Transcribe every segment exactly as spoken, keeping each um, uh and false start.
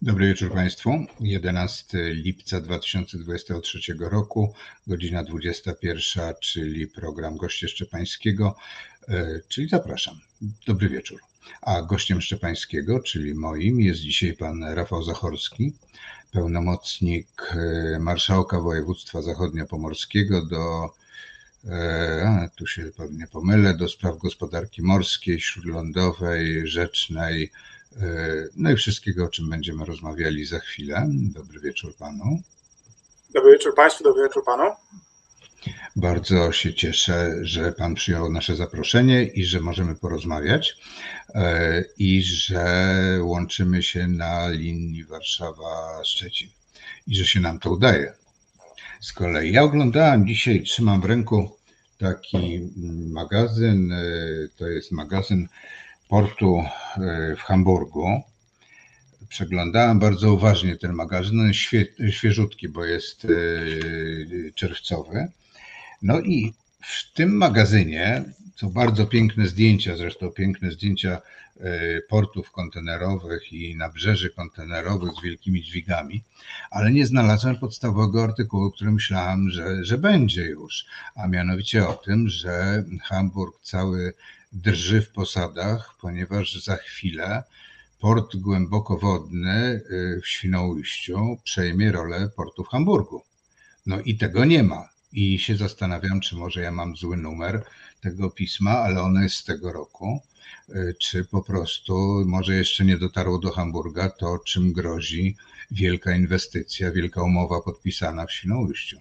Dobry wieczór Państwu. jedenastego lipca dwa tysiące dwudziestego trzeciego roku, godzina dwudziesta pierwsza, czyli program Goście Szczepańskiego, czyli zapraszam. Dobry wieczór. A gościem Szczepańskiego, czyli moim, jest dzisiaj pan Rafał Zachorski, pełnomocnik marszałka województwa zachodniopomorskiego do, a, tu się pewnie pomylę, do spraw gospodarki morskiej, śródlądowej, rzecznej, no i wszystkiego, o czym będziemy rozmawiali za chwilę. Dobry wieczór panu. Dobry wieczór państwu, dobry wieczór panu. Bardzo się cieszę, że pan przyjął nasze zaproszenie i że możemy porozmawiać i że łączymy się na linii Warszawa-Szczecin i że się nam to udaje. Z kolei ja oglądałem dzisiaj, trzymam w ręku taki magazyn, to jest magazyn portu w Hamburgu. Przeglądałem bardzo uważnie ten magazyn, on jest świe, świeżutki, bo jest czerwcowy. No i w tym magazynie są bardzo piękne zdjęcia, zresztą piękne zdjęcia portów kontenerowych i nabrzeży kontenerowych z wielkimi dźwigami, ale nie znalazłem podstawowego artykułu, który myślałem, że, że będzie już, a mianowicie o tym, że Hamburg cały drży w posadach, ponieważ za chwilę port głębokowodny w Świnoujściu przejmie rolę portu w Hamburgu. No i tego nie ma. I się zastanawiam, czy może ja mam zły numer tego pisma, ale ono jest z tego roku, czy po prostu może jeszcze nie dotarło do Hamburga to, czym grozi wielka inwestycja, wielka umowa podpisana w Świnoujściu.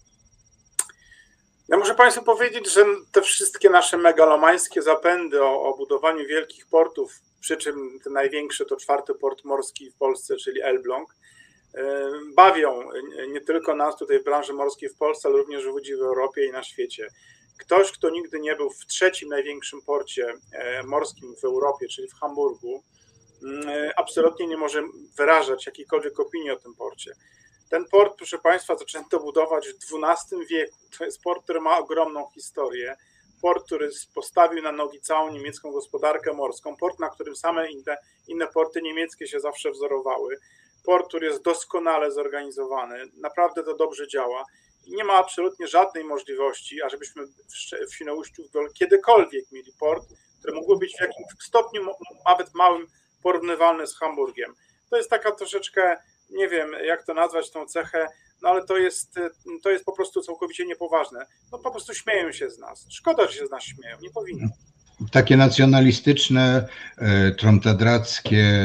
Ja muszę państwu powiedzieć, że te wszystkie nasze megalomańskie zapędy o, o budowaniu wielkich portów, przy czym ten największy to czwarty port morski w Polsce, czyli Elbląg, bawią nie tylko nas tutaj w branży morskiej w Polsce, ale również ludzi w Europie i na świecie. Ktoś, kto nigdy nie był w trzecim największym porcie morskim w Europie, czyli w Hamburgu, absolutnie nie może wyrażać jakiejkolwiek opinii o tym porcie. Ten port, proszę państwa, zaczęto budować w dwunastym wieku. To jest port, który ma ogromną historię. Port, który postawił na nogi całą niemiecką gospodarkę morską. Port, na którym same inne, inne porty niemieckie się zawsze wzorowały. Port, który jest doskonale zorganizowany. Naprawdę to dobrze działa. I nie ma absolutnie żadnej możliwości, ażebyśmy w Świnoujściu kiedykolwiek mieli port, który mógłby być w jakimś stopniu, nawet małym, porównywalny z Hamburgiem. To jest taka troszeczkę, nie wiem jak to nazwać tą cechę, no ale to jest, to jest po prostu całkowicie niepoważne. No po prostu śmieją się z nas. Szkoda, że się z nas śmieją, nie powinno. Takie nacjonalistyczne, tromtadrackie,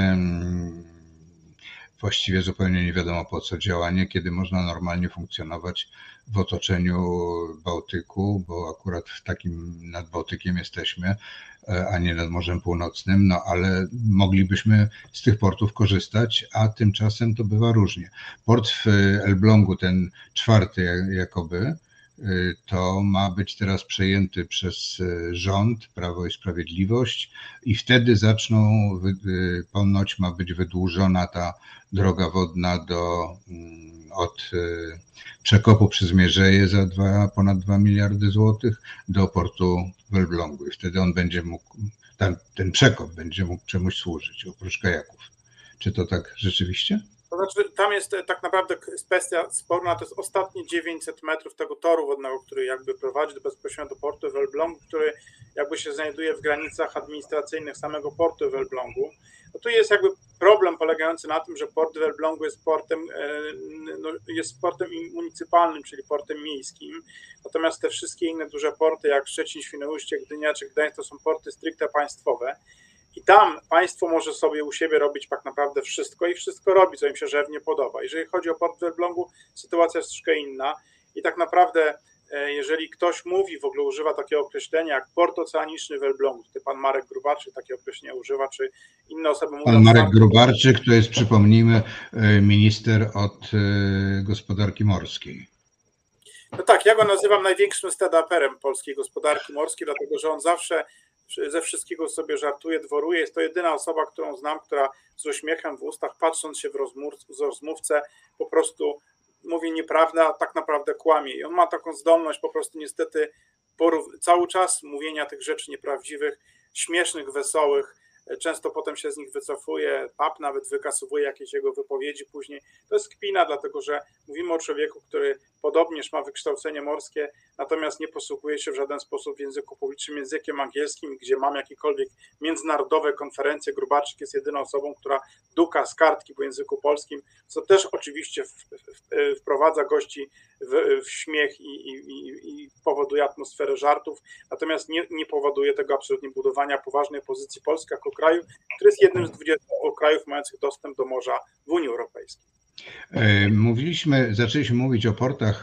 właściwie zupełnie nie wiadomo po co działanie, kiedy można normalnie funkcjonować w otoczeniu Bałtyku, bo akurat w takim nad Bałtykiem jesteśmy, a nie nad Morzem Północnym, no ale moglibyśmy z tych portów korzystać, a tymczasem to bywa różnie. Port w Elblągu, ten czwarty jakoby, to ma być teraz przejęty przez rząd, Prawo i Sprawiedliwość i wtedy zaczną, ponoć ma być wydłużona ta droga wodna do, od przekopu przy Zmierzeje za dwa, ponad dwa miliardy złotych do portu w Elblągu i wtedy on będzie mógł, ten, ten przekop będzie mógł czemuś służyć, oprócz kajaków. Czy to tak rzeczywiście? To znaczy, tam jest tak naprawdę kwestia sporna, to jest ostatnie dziewięćset metrów tego toru wodnego, który jakby prowadzi bezpośrednio do portu w Elblągu, który jakby się znajduje w granicach administracyjnych samego portu w Elblągu. No tu jest jakby problem polegający na tym, że port w Elblągu jest portem, no jest portem municypalnym, czyli portem miejskim, natomiast te wszystkie inne duże porty jak Szczecin, Świnoujście, Gdynia czy Gdańsk to są porty stricte państwowe. I tam państwo może sobie u siebie robić tak naprawdę wszystko i wszystko robi, co im się żywnie podoba. Jeżeli chodzi o port w Elblągu, sytuacja jest troszkę inna i tak naprawdę jeżeli ktoś mówi, w ogóle używa takiego określenia jak port oceaniczny w Elblągu, to pan Marek Grubarczyk takie określenia używa, czy inne osoby mówią... Pan Marek Grubarczyk to jest, przypomnijmy, minister od gospodarki morskiej. No tak, ja go nazywam największym stand-uperem polskiej gospodarki morskiej, dlatego że on zawsze ze wszystkiego sobie żartuje, dworuje. Jest to jedyna osoba, którą znam, która z uśmiechem w ustach, patrząc się w rozmów, w rozmówcę, po prostu mówi nieprawdę, a tak naprawdę kłamie. I on ma taką zdolność po prostu niestety cały czas mówienia tych rzeczy nieprawdziwych, śmiesznych, wesołych, często potem się z nich wycofuje, P A P nawet wykasowuje jakieś jego wypowiedzi później. To jest kpina, dlatego że mówimy o człowieku, który podobnież ma wykształcenie morskie, natomiast nie posługuje się w żaden sposób w języku publicznym językiem angielskim, gdzie mam jakiekolwiek międzynarodowe konferencje. Grubaczyk jest jedyną osobą, która duka z kartki po języku polskim, co też oczywiście wprowadza gości w, w śmiech i, i, i powoduje atmosferę żartów, natomiast nie, nie powoduje tego absolutnie budowania poważnej pozycji Polski jako kraju, który jest jednym z dwudziestu krajów mających dostęp do morza w Unii Europejskiej. Mówiliśmy, zaczęliśmy mówić o portach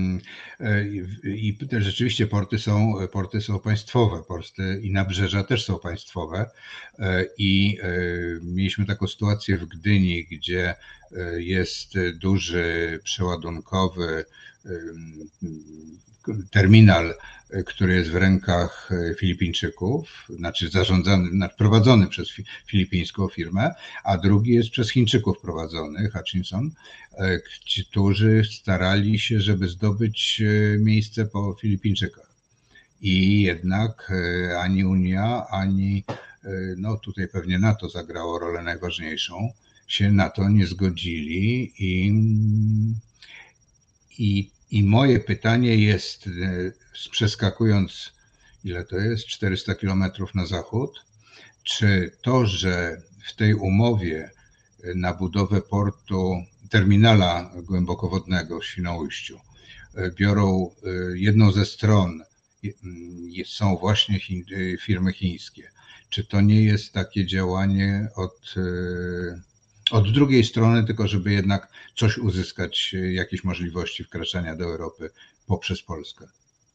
i rzeczywiście porty są, porty są państwowe, porty i nabrzeża też są państwowe i mieliśmy taką sytuację w Gdyni, gdzie jest duży przeładunkowy terminal, który jest w rękach Filipińczyków, znaczy zarządzany, prowadzony przez filipińską firmę, a drugi jest przez Chińczyków prowadzony, Hutchison, którzy starali się, żeby zdobyć miejsce po Filipińczykach. I jednak ani Unia, ani no tutaj pewnie NATO zagrało rolę najważniejszą, się na to nie zgodzili i, i I moje pytanie jest, przeskakując, ile to jest, czterysta kilometrów na zachód, czy to, że w tej umowie na budowę portu, terminala głębokowodnego w Świnoujściu biorą jedną ze stron, są właśnie firmy chińskie, czy to nie jest takie działanie od... od drugiej strony, tylko żeby jednak coś uzyskać, jakieś możliwości wkraczania do Europy poprzez Polskę?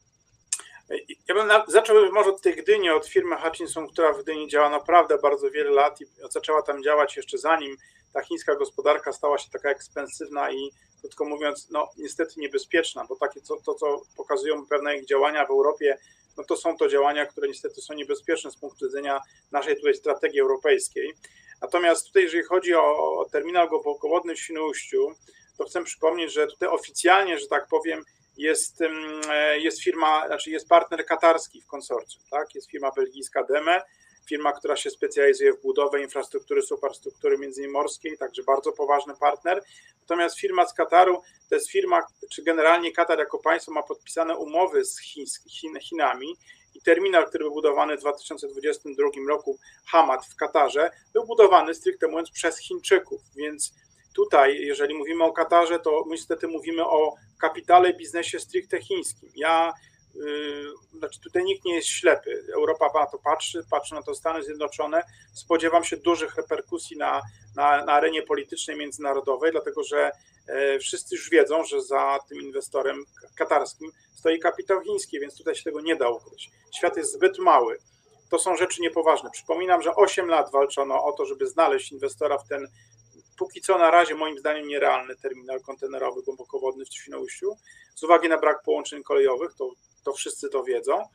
Ja bym zaczął może od tej Gdyni, od firmy Hutchison, która w Gdyni działa naprawdę bardzo wiele lat i zaczęła tam działać jeszcze zanim ta chińska gospodarka stała się taka ekspensywna i krótko mówiąc, no niestety niebezpieczna, bo takie to, to co pokazują pewne ich działania w Europie, no to są to działania, które niestety są niebezpieczne z punktu widzenia naszej tutaj strategii europejskiej. Natomiast tutaj, jeżeli chodzi o terminal głębokowodny w Świnoujściu, to chcę przypomnieć, że tutaj oficjalnie, że tak powiem, jest, jest firma, znaczy jest partner katarski w konsorcjum, tak? Jest firma belgijska D E M E, firma, która się specjalizuje w budowę infrastruktury, superstruktury międzymorskiej, także bardzo poważny partner. Natomiast firma z Kataru to jest firma, czy generalnie Katar jako państwo ma podpisane umowy z Chin, Chinami, i terminal, który był budowany w dwa tysiące dwudziestym drugim roku, Hamad w Katarze, był budowany stricte mówiąc przez Chińczyków, więc tutaj, jeżeli mówimy o Katarze, to niestety mówimy o kapitale, biznesie stricte chińskim. Ja, yy, znaczy tutaj nikt nie jest ślepy, Europa na to patrzy, patrzy na to Stany Zjednoczone, spodziewam się dużych reperkusji na, na, na arenie politycznej międzynarodowej, dlatego że e, wszyscy już wiedzą, że za tym inwestorem katarskim stoi kapitał chiński, więc tutaj się tego nie da ukryć. Świat jest zbyt mały. To są rzeczy niepoważne. Przypominam, że osiem lat walczono o to, żeby znaleźć inwestora w ten póki co na razie moim zdaniem nierealny terminal kontenerowy głębokowodny w Świnoujściu. Z uwagi na brak połączeń kolejowych, to, to wszyscy to wiedzą.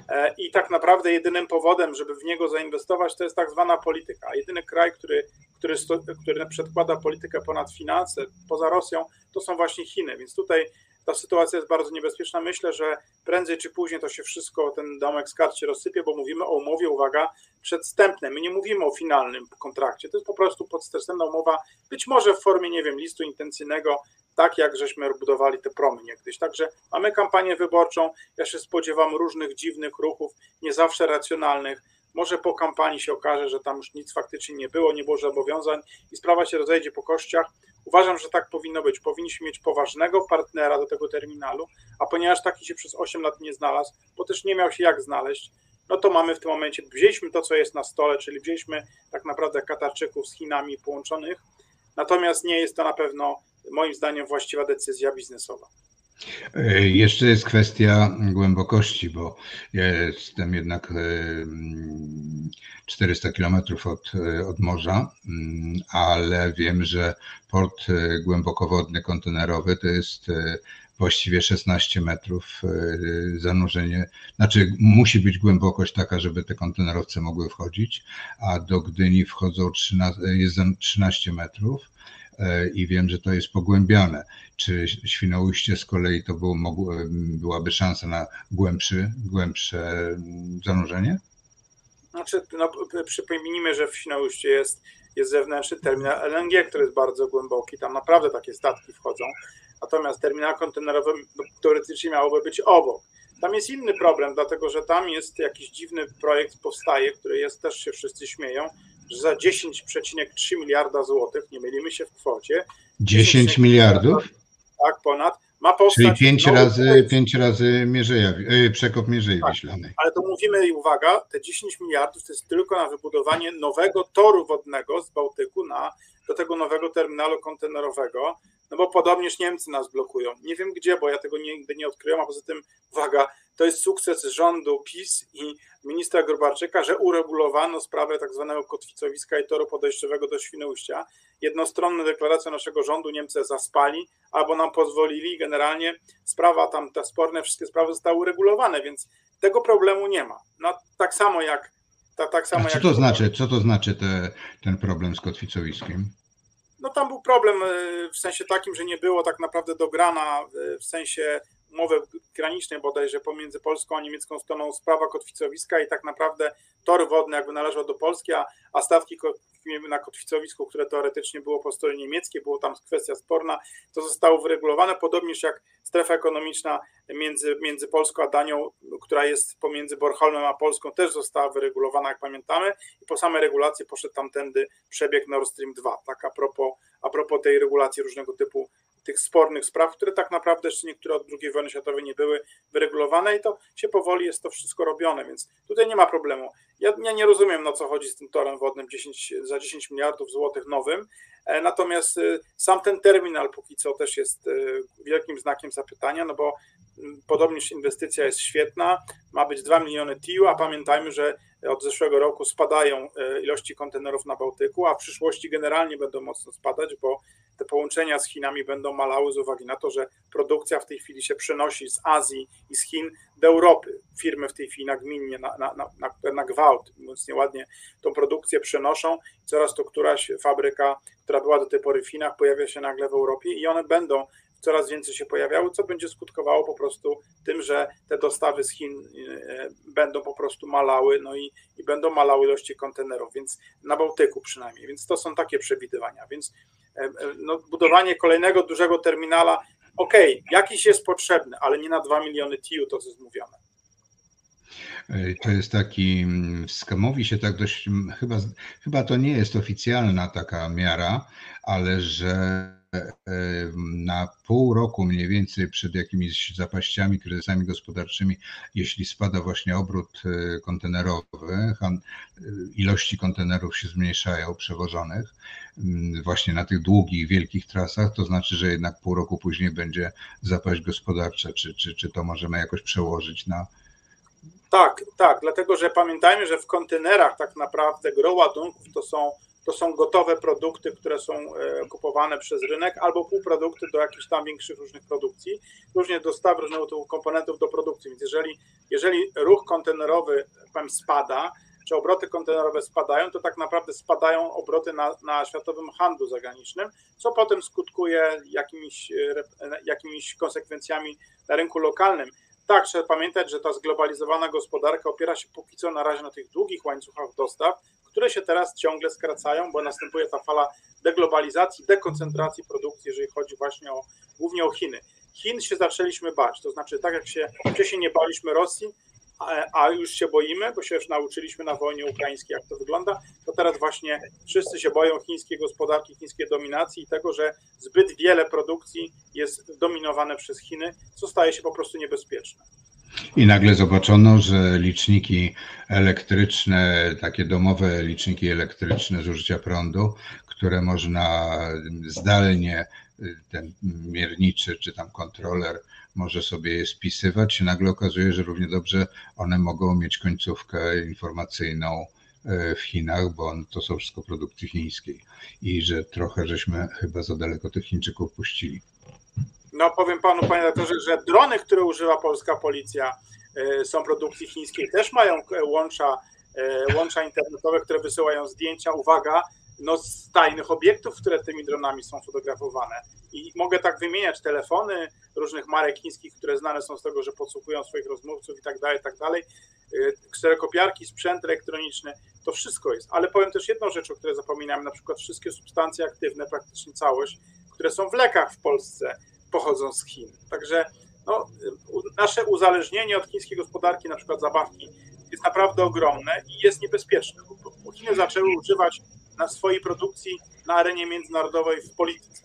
I tak naprawdę jedynym powodem, żeby w niego zainwestować, to jest tak zwana polityka. A jedyny kraj, który, który, sto, który przedkłada politykę ponad finanse, poza Rosją, to są właśnie Chiny. Więc tutaj ta sytuacja jest bardzo niebezpieczna. Myślę, że prędzej czy później to się wszystko, ten domek z kart się rozsypie, bo mówimy o umowie, uwaga, przedwstępnej. My nie mówimy o finalnym kontrakcie. To jest po prostu przedwstępna umowa, być może w formie, nie wiem, listu intencyjnego, tak jak żeśmy budowali te promy niegdyś. Także mamy kampanię wyborczą. Ja się spodziewam różnych dziwnych ruchów, nie zawsze racjonalnych. Może po kampanii się okaże, że tam już nic faktycznie nie było, nie było zobowiązań i sprawa się rozejdzie po kościach. Uważam, że tak powinno być. Powinniśmy mieć poważnego partnera do tego terminalu, a ponieważ taki się przez osiem lat nie znalazł, bo też nie miał się jak znaleźć, no to mamy w tym momencie, wzięliśmy to, co jest na stole, czyli wzięliśmy tak naprawdę Katarczyków z Chinami połączonych, natomiast nie jest to na pewno moim zdaniem właściwa decyzja biznesowa. Jeszcze jest kwestia głębokości, bo ja jestem jednak czterysta kilometrów od, od morza, ale wiem, że port głębokowodny kontenerowy to jest właściwie szesnaście metrów zanurzenie, znaczy musi być głębokość taka, żeby te kontenerowce mogły wchodzić, a do Gdyni wchodzą trzynaście, jest trzynaście metrów. I wiem, że to jest pogłębiane. Czy Świnoujście z kolei to było, byłaby szansa na głębszy, głębsze zanurzenie? Znaczy, no, przypomnijmy, że w Świnoujściu jest, jest zewnętrzny terminal L N G, który jest bardzo głęboki, tam naprawdę takie statki wchodzą, natomiast terminal kontenerowy no, teoretycznie miałoby być obok. Tam jest inny problem, dlatego że tam jest jakiś dziwny projekt powstaje, który jest, też się wszyscy śmieją, że za dziesięć przecinek trzy miliarda złotych, nie mylimy się w kwocie. dziesięć miliardów? Tak, ponad. Ma powstać. Czyli pięć razy, pięć razy Mierzeja, yy, przekop Mierzei tak, Wiślanej. Ale to mówimy i uwaga, te dziesięć miliardów to jest tylko na wybudowanie nowego toru wodnego z Bałtyku na, do tego nowego terminalu kontenerowego, no bo podobnież Niemcy nas blokują. Nie wiem gdzie, bo ja tego nigdy nie odkryłem, a poza tym, uwaga, to jest sukces rządu PiS i ministra Gróbarczyka, że uregulowano sprawę tak zwanego kotwicowiska i toru podejściowego do Świnoujścia. Jednostronne deklaracje naszego rządu Niemcy zaspali, albo nam pozwolili. Generalnie sprawa tam, te sporne wszystkie sprawy zostały uregulowane, więc tego problemu nie ma. No tak samo jak... Ta, tak samo A co jak to znaczy, co to znaczy te, ten problem z kotwicowiskiem? No tam był problem w sensie takim, że nie było tak naprawdę dograna w sensie umowy granicznej bodajże pomiędzy polską a niemiecką stroną sprawa kotwicowiska i tak naprawdę tor wodny jakby należał do Polski, a, a statki na kotwicowisku, które teoretycznie było po stronie niemieckiej, było tam kwestia sporna, to zostało wyregulowane, podobnież jak strefa ekonomiczna między, między Polską a Danią, która jest pomiędzy Bornholmem a Polską, też została wyregulowana, jak pamiętamy, i po samej regulacji poszedł tamtędy przebieg Nord Stream dwa. Tak a propos, a propos tej regulacji różnego typu tych spornych spraw, które tak naprawdę jeszcze niektóre od drugiej wojny światowej nie były wyregulowane i to się powoli jest to wszystko robione, więc tutaj nie ma problemu. Ja, ja nie rozumiem, na co chodzi z tym torem wodnym dziesięć, za dziesięć miliardów złotych nowym, natomiast sam ten terminal póki co też jest wielkim znakiem zapytania, no bo podobnież inwestycja jest świetna, ma być dwa miliony T I U, a pamiętajmy, że od zeszłego roku spadają ilości kontenerów na Bałtyku, a w przyszłości generalnie będą mocno spadać, bo te połączenia z Chinami będą malały z uwagi na to, że produkcja w tej chwili się przenosi z Azji i z Chin do Europy. Firmy w tej chwili nagminnie, na, na, na, na, na gwałt, mówiąc nieładnie, tą produkcję przenoszą. Coraz to któraś fabryka, która była do tej pory w Chinach, pojawia się nagle w Europie i one będą coraz więcej się pojawiały, co będzie skutkowało po prostu tym, że te dostawy z Chin będą po prostu malały, no i, i będą malały ilości kontenerów, więc na Bałtyku przynajmniej, więc to są takie przewidywania, więc no, budowanie kolejnego dużego terminala, okej, okay, jakiś jest potrzebny, ale nie na dwa miliony T I U, to co jest mówione. To jest taki, mówi się tak dość, chyba, chyba to nie jest oficjalna taka miara, ale że na pół roku mniej więcej przed jakimiś zapaściami, kryzysami gospodarczymi, jeśli spada właśnie obrót kontenerowy, ilości kontenerów się zmniejszają przewożonych właśnie na tych długich, wielkich trasach, to znaczy, że jednak pół roku później będzie zapaść gospodarcza. Czy, czy, czy to możemy jakoś przełożyć na... Tak, tak, dlatego że pamiętajmy, że w kontenerach tak naprawdę gro ładunków to są To są gotowe produkty, które są kupowane przez rynek, albo półprodukty do jakichś tam większych różnych produkcji, różnie dostaw różnego typu komponentów do produkcji. Więc jeżeli, jeżeli ruch kontenerowy powiem, spada, czy obroty kontenerowe spadają, to tak naprawdę spadają obroty na, na światowym handlu zagranicznym, co potem skutkuje jakimiś, jakimiś konsekwencjami na rynku lokalnym. Tak, trzeba pamiętać, że ta zglobalizowana gospodarka opiera się póki co na razie na tych długich łańcuchach dostaw, które się teraz ciągle skracają, bo następuje ta fala deglobalizacji, dekoncentracji produkcji, jeżeli chodzi właśnie o, głównie o Chiny. Chin się zaczęliśmy bać, to znaczy tak jak się wcześniej nie baliśmy Rosji, a, a już się boimy, bo się już nauczyliśmy na wojnie ukraińskiej, jak to wygląda, to teraz właśnie wszyscy się boją chińskiej gospodarki, chińskiej dominacji i tego, że zbyt wiele produkcji jest dominowane przez Chiny, co staje się po prostu niebezpieczne. I nagle zobaczono, że liczniki elektryczne, takie domowe liczniki elektryczne zużycia prądu, które można zdalnie, ten mierniczy czy tam kontroler może sobie je spisywać, się nagle okazuje, że równie dobrze one mogą mieć końcówkę informacyjną w Chinach, bo to są wszystko produkty chińskiej i że trochę żeśmy chyba za daleko tych Chińczyków puścili. No powiem panu, panie redaktorze, że drony, które używa polska policja, są produkcji chińskiej, też mają łącza, łącza internetowe, które wysyłają zdjęcia, uwaga, no, z tajnych obiektów, które tymi dronami są fotografowane. I mogę tak wymieniać telefony różnych marek chińskich, które znane są z tego, że podsłuchują swoich rozmówców i tak dalej, i tak dalej. Kserokopiarki, sprzęt elektroniczny, to wszystko jest. Ale powiem też jedną rzecz, o której zapominamy, na przykład wszystkie substancje aktywne, praktycznie całość, które są w lekach w Polsce, pochodzą z Chin. Także no, nasze uzależnienie od chińskiej gospodarki, na przykład zabawki, jest naprawdę ogromne i jest niebezpieczne, bo Chiny zaczęły używać na swojej produkcji na arenie międzynarodowej w polityce.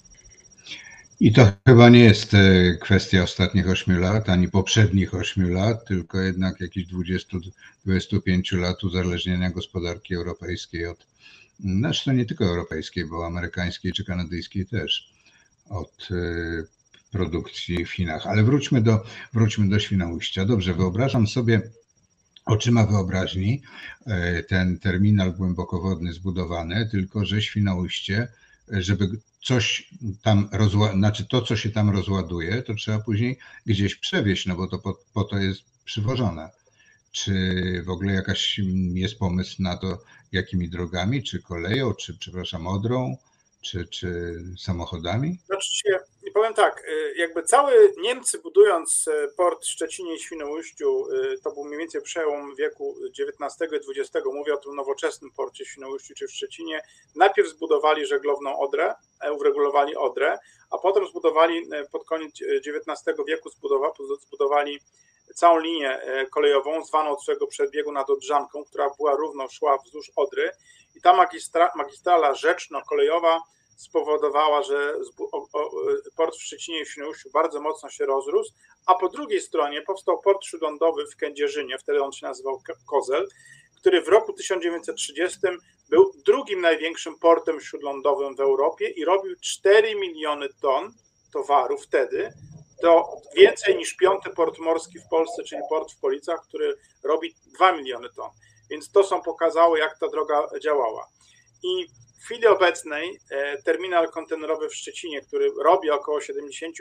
I to chyba nie jest kwestia ostatnich ośmiu lat, ani poprzednich ośmiu lat, tylko jednak jakichś dwudziestu do dwudziestu pięciu lat uzależnienia gospodarki europejskiej od, zresztą nie tylko europejskiej, bo amerykańskiej czy kanadyjskiej też, od produkcji w Chinach. Ale wróćmy do, wróćmy do Świnoujścia. Dobrze, wyobrażam sobie oczyma wyobraźni ten terminal głębokowodny zbudowany, tylko że Świnoujście, żeby coś tam rozładuje, znaczy to, co się tam rozładuje, to trzeba później gdzieś przewieźć, no bo to po, po to jest przywożone. Czy w ogóle jakaś jest pomysł na to, jakimi drogami, czy koleją, czy przepraszam, Odrą, czy, czy samochodami? Znaczy się, powiem tak, jakby cały Niemcy budując port w Szczecinie i Świnoujściu, to był mniej więcej przełom wieku dziewiętnastego i dwudziestego, mówię o tym nowoczesnym porcie w Świnoujściu czy w Szczecinie, najpierw zbudowali żeglowną Odrę, uregulowali Odrę, a potem zbudowali pod koniec dziewiętnastego wieku zbudowali, zbudowali całą linię kolejową, zwaną od swojego przedbiegu nad Odrzaną, która była równo szła wzdłuż Odry i ta magistra, magistrala rzeczno-kolejowa spowodowała, że port w Szczecinie i w Świnoujściu bardzo mocno się rozrósł, a po drugiej stronie powstał port śródlądowy w Kędzierzynie, wtedy on się nazywał Kozel, który w roku tysiąc dziewięćset trzydziestym był drugim największym portem śródlądowym w Europie i robił cztery miliony ton towaru wtedy. To więcej niż piąty port morski w Polsce, czyli port w Policach, który robi dwa miliony ton. Więc to są pokazały, jak ta droga działała. I w chwili obecnej terminal kontenerowy w Szczecinie, który robi około siedemdziesiąt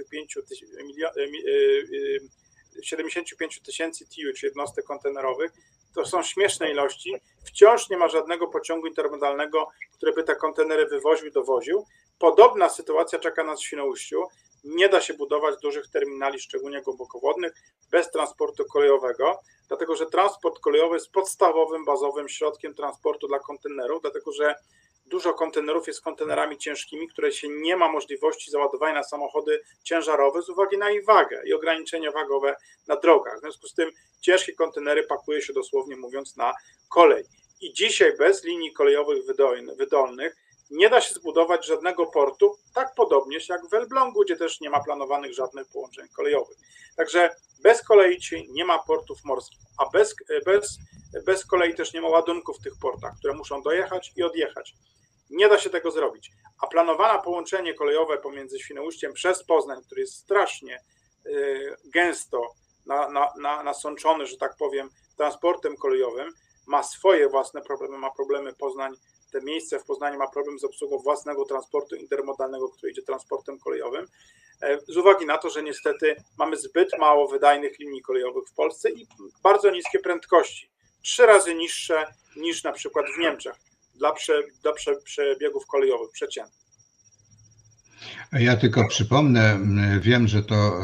pięć tysięcy T E U, czy jednostek kontenerowych, to są śmieszne ilości. Wciąż nie ma żadnego pociągu intermodalnego, który by te kontenery wywoził, dowoził. Podobna sytuacja czeka nas w Świnoujściu. Nie da się budować dużych terminali, szczególnie głębokowodnych, bez transportu kolejowego, dlatego że transport kolejowy jest podstawowym, bazowym środkiem transportu dla kontenerów, dlatego że dużo kontenerów jest kontenerami ciężkimi, które się nie ma możliwości załadowania na samochody ciężarowe z uwagi na ich wagę i ograniczenia wagowe na drogach. W związku z tym ciężkie kontenery pakuje się dosłownie mówiąc na kolej. I dzisiaj bez linii kolejowych wydolnych nie da się zbudować żadnego portu, tak podobnież jak w Elblągu, gdzie też nie ma planowanych żadnych połączeń kolejowych. Także bez kolei nie ma portów morskich, a bez, bez, bez kolei też nie ma ładunków w tych portach, które muszą dojechać i odjechać. Nie da się tego zrobić. A planowane połączenie kolejowe pomiędzy Świnoujściem przez Poznań, który jest strasznie y, gęsto na, na, na, nasączony, że tak powiem, transportem kolejowym, ma swoje własne problemy, ma problemy Poznań, te miejsce w Poznaniu ma problem z obsługą własnego transportu intermodalnego, który idzie transportem kolejowym, z uwagi na to, że niestety mamy zbyt mało wydajnych linii kolejowych w Polsce i bardzo niskie prędkości, trzy razy niższe niż na przykład w Niemczech dla, prze, dla prze, przebiegów kolejowych przeciętnych. Ja tylko przypomnę, wiem, że to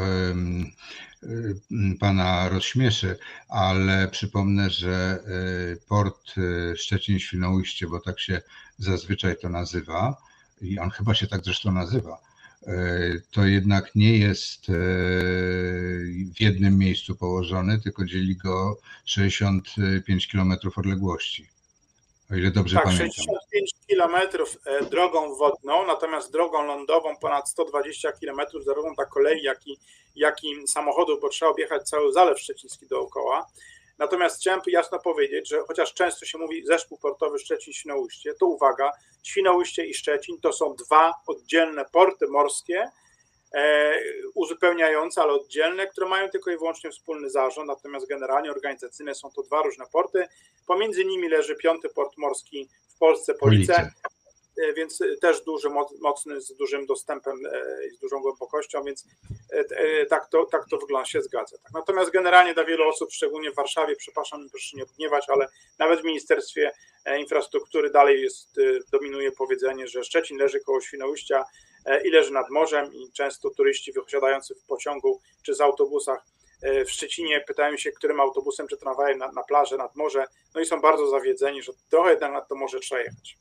pana rozśmieszy, ale przypomnę, że port Szczecin-Świnoujście, bo tak się zazwyczaj to nazywa i on chyba się tak zresztą nazywa, to jednak nie jest w jednym miejscu położony, tylko dzieli go sześćdziesiąt pięć kilometrów odległości, o ile dobrze tak, pamiętam. sześćdziesiąt pięć kilometrów drogą wodną, natomiast drogą lądową ponad sto dwadzieścia kilometrów, zarówno dla kolei, jak i, jak i samochodów, bo trzeba objechać cały Zalew Szczeciński dookoła. Natomiast chciałem jasno powiedzieć, że chociaż często się mówi zespół portowy Szczecin-Świnoujście, to uwaga, Świnoujście i Szczecin to są dwa oddzielne porty morskie, e, uzupełniające, ale oddzielne, które mają tylko i wyłącznie wspólny zarząd, natomiast generalnie organizacyjne są to dwa różne porty. Pomiędzy nimi leży piąty port morski w Polsce, Police. więc też duży, mocny, z dużym dostępem i z dużą głębokością, więc tak to, tak to wygląda, się zgadza. Tak. Natomiast generalnie dla wielu osób, szczególnie w Warszawie, przepraszam, proszę się nie gniewać, ale nawet w Ministerstwie Infrastruktury dalej jest, dominuje powiedzenie, że Szczecin leży koło Świnoujścia i leży nad morzem i często turyści wysiadający w pociągu czy z autobusach w Szczecinie pytają się, którym autobusem czy tramwajem na, na plażę, nad morze, no i są bardzo zawiedzeni, że trochę jednak nad to morze trzeba jechać.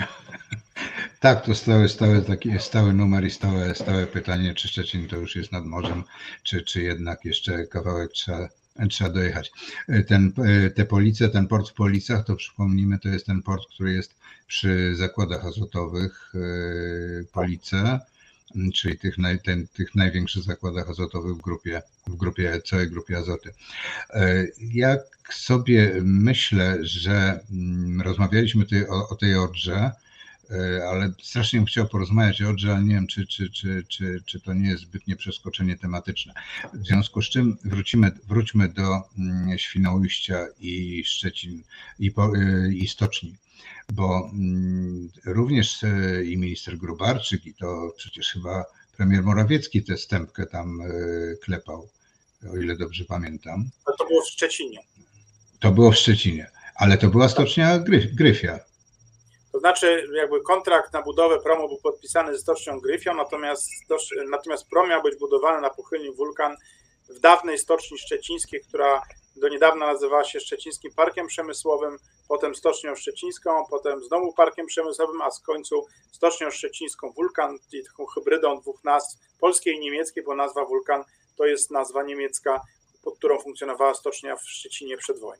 Tak, to stały, stały, taki, stały numer i stałe, stałe pytanie, czy Szczecin to już jest nad morzem, czy, czy jednak jeszcze kawałek trzeba, trzeba dojechać. Ten, te Police, ten port w Policach, to przypomnijmy, to jest ten port, który jest przy zakładach azotowych Police, czyli tych, naj, ten, tych największych zakładach azotowych w grupie, w grupie, całej grupie Azoty. Jak sobie myślę, że rozmawialiśmy tutaj o, o tej Odrze, ale strasznie bym chciał porozmawiać o Odrze, ale nie wiem, czy, czy, czy, czy, czy to nie jest zbytnie przeskoczenie tematyczne. W związku z czym wrócimy, wróćmy do Świnoujścia i Szczecin i, po, i Stoczni, bo również i minister Gróbarczyk, i to przecież chyba premier Morawiecki tę stępkę tam klepał, o ile dobrze pamiętam. Ale to było w Szczecinie. To było w Szczecinie, ale to była stocznia Gryfia. To znaczy jakby kontrakt na budowę promu był podpisany ze stocznią Gryfią, natomiast, natomiast prom miał być budowany na pochylni Wulkan w dawnej stoczni szczecińskiej, która do niedawna nazywała się Szczecińskim Parkiem Przemysłowym, potem Stocznią Szczecińską, potem znowu Parkiem Przemysłowym, a z końcu Stocznią Szczecińską Wulkan, czyli taką hybrydą dwóch nazw, polskiej i niemieckiej, bo nazwa Wulkan to jest nazwa niemiecka, pod którą funkcjonowała stocznia w Szczecinie przed wojną.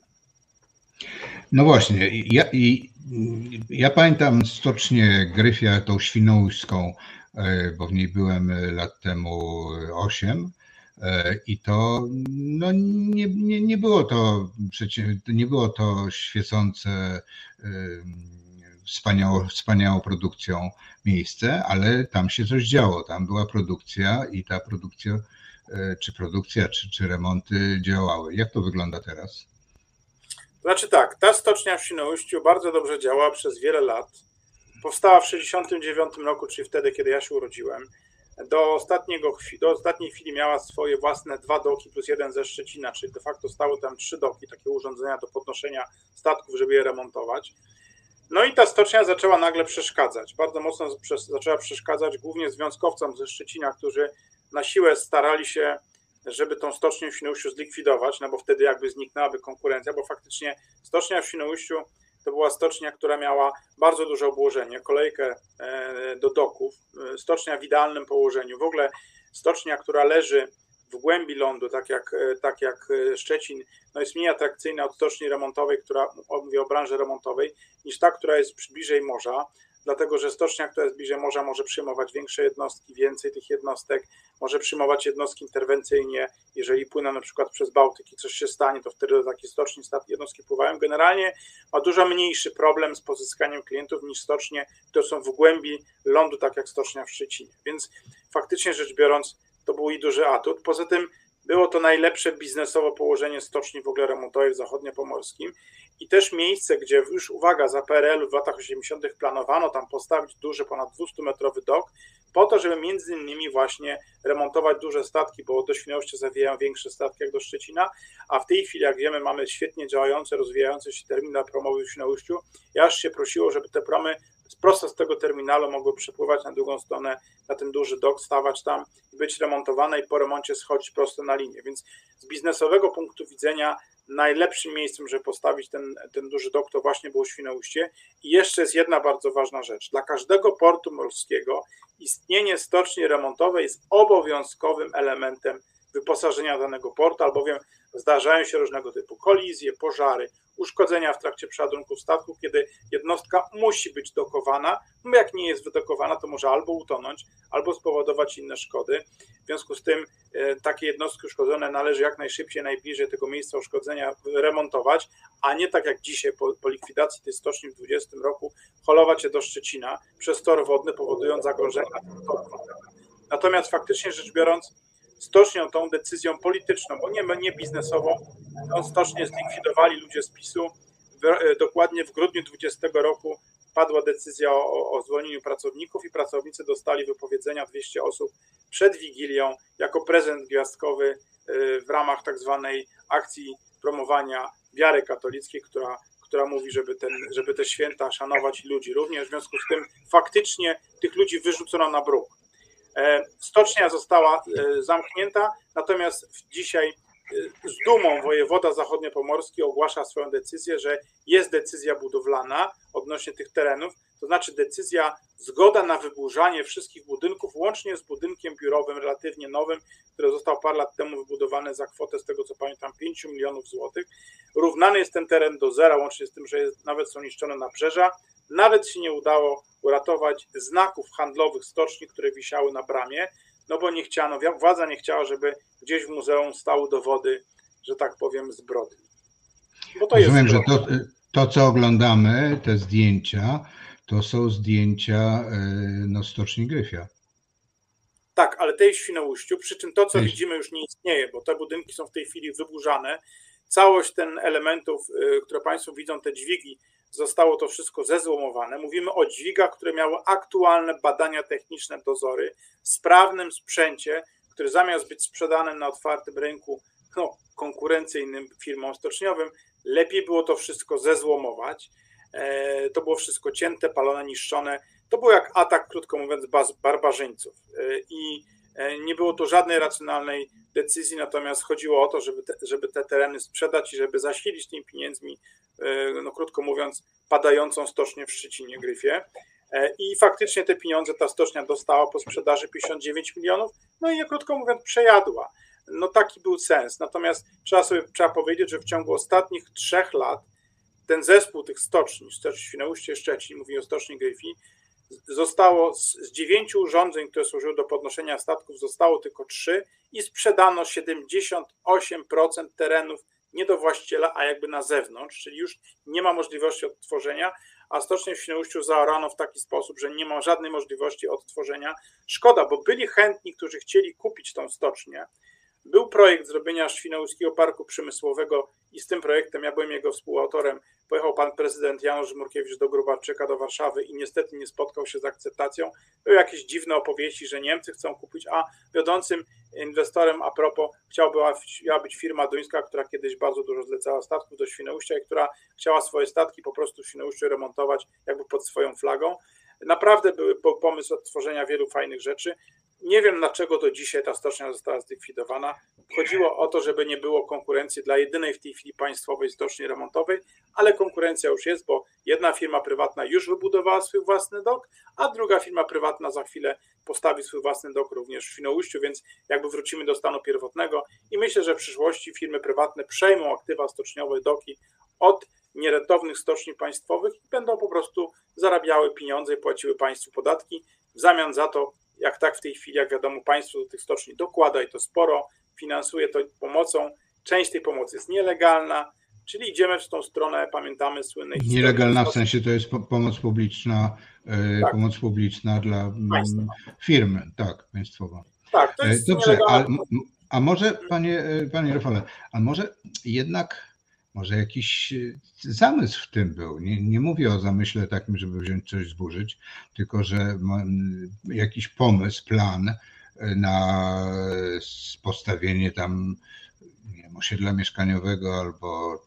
No właśnie, ja, i, ja pamiętam stocznię Gryfia, tą świnoujską, bo w niej byłem lat temu osiem i to no, nie, nie, nie było to nie było to świecące wspaniałą, wspaniałą produkcją miejsce, ale tam się coś działo, tam była produkcja i ta produkcja, czy produkcja, czy, czy remonty działały. Jak to wygląda teraz? Znaczy tak, ta stocznia w Świnoujściu bardzo dobrze działała przez wiele lat. Powstała w tysiąc dziewięćset sześćdziesiątym dziewiątym roku, czyli wtedy, kiedy ja się urodziłem. Do, ostatniego, do ostatniej chwili miała swoje własne dwa doki plus jeden ze Szczecina, czyli de facto stały tam trzy doki, takie urządzenia do podnoszenia statków, żeby je remontować. No i ta stocznia zaczęła nagle przeszkadzać. Bardzo mocno zaczęła przeszkadzać głównie związkowcom ze Szczecina, którzy na siłę starali się, żeby tą stocznię w Świnoujściu zlikwidować, no bo wtedy jakby zniknęłaby konkurencja, bo faktycznie stocznia w Świnoujściu to była stocznia, która miała bardzo duże obłożenie, kolejkę do doków, stocznia w idealnym położeniu. W ogóle stocznia, która leży w głębi lądu, tak jak, tak jak Szczecin, no jest mniej atrakcyjna od stoczni remontowej, która, mówię o branży remontowej, niż ta, która jest bliżej morza, dlatego że stocznia, która jest bliżej morza, może przyjmować większe jednostki, więcej tych jednostek, może przyjmować jednostki interwencyjnie, jeżeli płyną na przykład przez Bałtyk i coś się stanie, to wtedy do takiej stoczni jednostki pływają. Generalnie ma dużo mniejszy problem z pozyskaniem klientów niż stocznie, które są w głębi lądu, tak jak stocznia w Szczecinie. Więc faktycznie rzecz biorąc, to był i duży atut. Poza tym było to najlepsze biznesowo położenie stoczni w ogóle remontowej w zachodniopomorskim i też miejsce, gdzie już, uwaga, za P R L-u w latach osiemdziesiątych planowano tam postawić duży, ponad dwustumetrowy dok, po to, żeby między innymi właśnie remontować duże statki, bo do Świnoujścia zawijają większe statki jak do Szczecina, a w tej chwili, jak wiemy, mamy świetnie działający, rozwijający się terminal promowy w Świnoujściu. Ja aż się prosiło, żeby te promy prosto z tego terminalu mogły przepływać na drugą stronę, na ten duży dok, stawać tam i być remontowane i po remoncie schodzić prosto na linię. Więc z biznesowego punktu widzenia najlepszym miejscem, żeby postawić ten, ten duży dok, to właśnie było Świnoujście. I jeszcze jest jedna bardzo ważna rzecz. Dla każdego portu morskiego istnienie stoczni remontowej jest obowiązkowym elementem wyposażenia danego portu, albowiem zdarzają się różnego typu kolizje, pożary, uszkodzenia w trakcie przeładunku statku, kiedy jednostka musi być dokowana, no jak nie jest wydokowana, to może albo utonąć, albo spowodować inne szkody. W związku z tym e, takie jednostki uszkodzone należy jak najszybciej, najbliżej tego miejsca uszkodzenia remontować, a nie tak jak dzisiaj po, po likwidacji tej stoczni w dwudziestym roku holować je do Szczecina przez tor wodny, powodując zagrożenia. Natomiast faktycznie rzecz biorąc, stocznią tą decyzją polityczną, bo nie, nie biznesową, tą stocznię zlikwidowali ludzie z PiSu w, dokładnie w grudniu dwudziestego roku padła decyzja o, o zwolnieniu pracowników i pracownicy dostali wypowiedzenia dwieście osób przed Wigilią jako prezent gwiazdkowy w ramach tak zwanej akcji promowania wiary katolickiej, która, która mówi, żeby, ten, żeby te święta szanować i ludzi również. W związku z tym faktycznie tych ludzi wyrzucono na bruk. Stocznia została zamknięta, natomiast dzisiaj z dumą wojewoda zachodniopomorski ogłasza swoją decyzję, że jest decyzja budowlana odnośnie tych terenów, to znaczy decyzja, zgoda na wyburzanie wszystkich budynków, łącznie z budynkiem biurowym relatywnie nowym, który został parę lat temu wybudowany za kwotę, z tego co pamiętam, pięć milionów złotych. Równany jest ten teren do zera, łącznie z tym, że jest, nawet są niszczone nabrzeża. Nawet się nie udało uratować znaków handlowych stoczni, które wisiały na bramie, no bo nie chciano, władza nie chciała, żeby gdzieś w muzeum stały dowody, że tak powiem, zbrodni. Bo to Rozumiem, jest że to, to, co oglądamy, te zdjęcia, to są zdjęcia no, stoczni Gryfia. Tak, ale tej w Świnoujściu, przy czym to, co tej... widzimy, już nie istnieje, bo te budynki są w tej chwili wyburzane. Całość ten elementów, które Państwo widzą, te dźwigi, zostało to wszystko zezłomowane. Mówimy o dźwigach, które miały aktualne badania techniczne, dozory, sprawnym sprzęcie, który zamiast być sprzedanym na otwartym rynku no, konkurencyjnym firmom stoczniowym, lepiej było to wszystko zezłomować. E, to było wszystko cięte, palone, niszczone. To było jak atak, krótko mówiąc, barbarzyńców. E, I nie było to żadnej racjonalnej decyzji, natomiast chodziło o to, żeby te, żeby te tereny sprzedać i żeby zasilić tymi pieniędzmi, no krótko mówiąc, padającą stocznię w Szczecinie Gryfie. I faktycznie te pieniądze ta stocznia dostała po sprzedaży pięćdziesiąt dziewięć milionów, no i krótko mówiąc przejadła. No taki był sens. Natomiast trzeba sobie trzeba powiedzieć, że w ciągu ostatnich trzech lat ten zespół tych stoczni, Świnoujście, Szczecin, mówię o stoczni Gryfii, zostało z dziewięciu urządzeń, które służyły do podnoszenia statków, zostało tylko trzy i sprzedano siedemdziesiąt osiem procent terenów nie do właściciela, a jakby na zewnątrz, czyli już nie ma możliwości odtworzenia, a stocznię w Świnoujściu zaorano w taki sposób, że nie ma żadnej możliwości odtworzenia. Szkoda, bo byli chętni, którzy chcieli kupić tą stocznię. Był projekt zrobienia Świnoujskiego Parku Przemysłowego i z tym projektem, ja byłem jego współautorem, pojechał pan prezydent Janusz Żmurkiewicz do Grubarczyka, do Warszawy i niestety nie spotkał się z akceptacją. Były jakieś dziwne opowieści, że Niemcy chcą kupić, a wiodącym inwestorem a propos chciała być firma duńska, która kiedyś bardzo dużo zlecała statków do Świnoujścia i która chciała swoje statki po prostu w Świnoujściu remontować jakby pod swoją flagą. Naprawdę był pomysł odtworzenia wielu fajnych rzeczy. Nie wiem, dlaczego do dzisiaj ta stocznia została zlikwidowana. Chodziło o to, żeby nie było konkurencji dla jedynej w tej chwili państwowej stoczni remontowej, ale konkurencja już jest, bo jedna firma prywatna już wybudowała swój własny dok, a druga firma prywatna za chwilę postawi swój własny dok również w Świnoujściu, więc jakby wrócimy do stanu pierwotnego i myślę, że w przyszłości firmy prywatne przejmą aktywa stoczniowe, doki od nierentownych stoczni państwowych i będą po prostu zarabiały pieniądze i płaciły państwu podatki. W zamian za to, jak tak w tej chwili, jak wiadomo, państwo do tych stoczni dokłada i to sporo, finansuje to pomocą. Część tej pomocy jest nielegalna, czyli idziemy w tą stronę, pamiętamy słynnej historii. Nielegalna w sensie to jest pomoc publiczna, tak. Pomoc publiczna dla Państwa. Firmy, tak, państwowa. Tak, to jest Dobrze, a, a może panie, panie Rafale, a może jednak może jakiś zamysł w tym był. Nie, nie mówię o zamyśle takim, żeby wziąć coś zburzyć, tylko że jakiś pomysł, plan na postawienie tam nie wiem, osiedla mieszkaniowego albo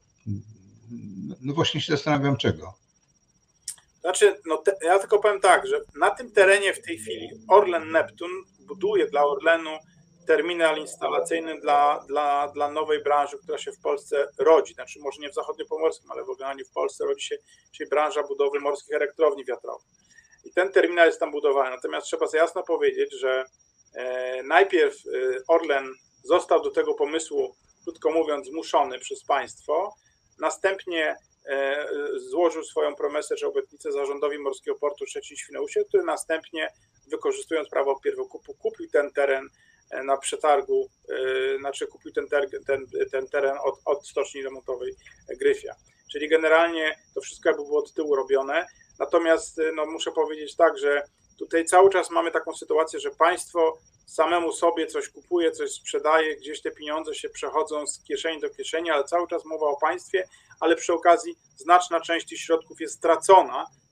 no właśnie się zastanawiam czego. Znaczy, no te, ja tylko powiem tak, że na tym terenie w tej chwili Orlen Neptun buduje dla Orlenu terminal instalacyjny dla, dla, dla nowej branży, która się w Polsce rodzi. Znaczy może nie w zachodniopomorskim, ale w ogóle w Polsce rodzi się, czyli branża budowy morskich elektrowni wiatrowych. I ten terminal jest tam budowany. Natomiast trzeba sobie jasno powiedzieć, że e, najpierw e, Orlen został do tego pomysłu, krótko mówiąc, zmuszony przez państwo. Następnie e, złożył swoją promesę czy obietnicę zarządowi Morskiego Portu Szczecin-Świnoujście, który następnie, wykorzystując prawo pierwokupu, kupił ten teren na przetargu, znaczy kupił ten, ter, ten, ten teren od, od stoczni remontowej Gryfia. Czyli generalnie to wszystko jakby było od tyłu robione. Natomiast no, muszę powiedzieć tak, że tutaj cały czas mamy taką sytuację, że państwo samemu sobie coś kupuje, coś sprzedaje, gdzieś te pieniądze się przechodzą z kieszeni do kieszeni, ale cały czas mowa o państwie, ale przy okazji znaczna część tych środków jest stracona,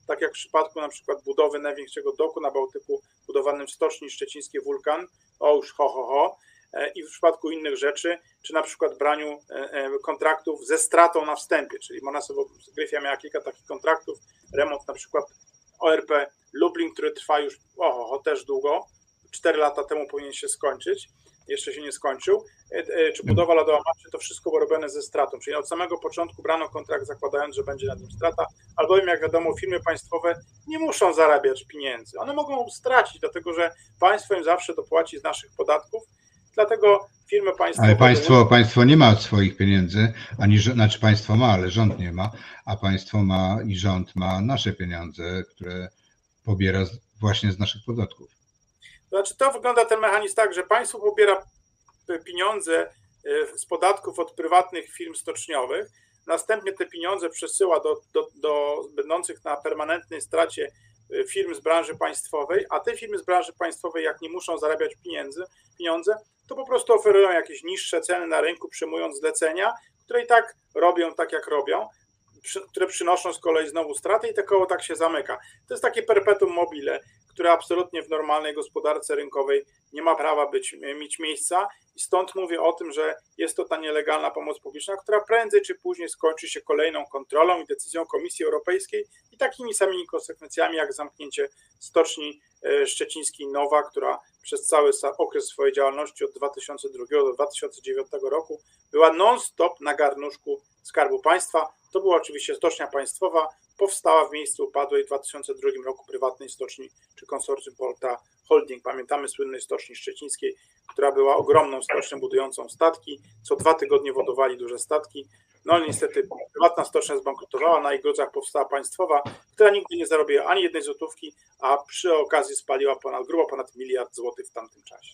tak jak w przypadku na przykład budowy największego doku na Bałtyku budowanym w Stoczni Szczecińskiej Wulkan, o już ho, ho, ho, i w przypadku innych rzeczy, czy na przykład braniu kontraktów ze stratą na wstępie, czyli można sobie, Gryfia miała kilka takich kontraktów, remont na przykład O R P Lublin, który trwa już o, ho, ho, też długo, cztery lata temu powinien się skończyć, jeszcze się nie skończył, czy budowa lodołamaczy, to wszystko było robione ze stratą, czyli od samego początku brano kontrakt zakładając, że będzie na nim strata, albowiem jak wiadomo firmy państwowe nie muszą zarabiać pieniędzy, one mogą stracić, dlatego że państwo im zawsze dopłaci z naszych podatków, dlatego firmy państwowe... Ale państwo, państwo nie ma swoich pieniędzy, ani znaczy państwo ma, ale rząd nie ma, a państwo ma i rząd ma nasze pieniądze, które pobiera właśnie z naszych podatków. Znaczy to wygląda ten mechanizm tak, że państwo pobiera pieniądze z podatków od prywatnych firm stoczniowych, następnie te pieniądze przesyła do, do, do będących na permanentnej stracie firm z branży państwowej, a te firmy z branży państwowej, jak nie muszą zarabiać pieniędzy, pieniądze, to po prostu oferują jakieś niższe ceny na rynku, przyjmując zlecenia, które i tak robią tak, jak robią, które przynoszą z kolei znowu straty i to koło tak się zamyka. To jest takie perpetuum mobile, które absolutnie w normalnej gospodarce rynkowej nie ma prawa być, mieć miejsca i stąd mówię o tym, że jest to ta nielegalna pomoc publiczna, która prędzej czy później skończy się kolejną kontrolą i decyzją Komisji Europejskiej i takimi samymi konsekwencjami jak zamknięcie Stoczni Szczecińskiej Nowa, która przez cały okres swojej działalności od dwa tysiące drugiego do dwa tysiące dziewiątego roku była non-stop na garnuszku Skarbu Państwa. To była oczywiście stocznia państwowa, powstała w miejscu upadłej w dwa tysiące drugim roku prywatnej stoczni czy konsorcjum Polta Holding. Pamiętamy słynnej Stoczni Szczecińskiej, która była ogromną stocznią budującą statki. Co dwa tygodnie wodowali duże statki. No niestety prywatna stocznia zbankrutowała, na jej gruzach powstała państwowa, która nigdy nie zarobiła ani jednej złotówki, a przy okazji spaliła ponad, grubo ponad miliard złotych w tamtym czasie.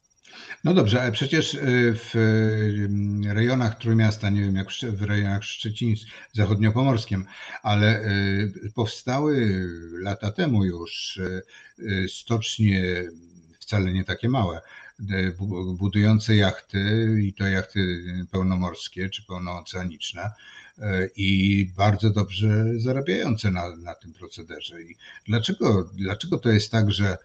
No dobrze, ale przecież w rejonach Trójmiasta, nie wiem jak w rejonach szczecińskich, zachodniopomorskim, ale powstały lata temu już stocznie wcale nie takie małe, budujące jachty i to jachty pełnomorskie czy pełnooceaniczne i bardzo dobrze zarabiające na, na tym procederze. I dlaczego, dlaczego to jest tak, że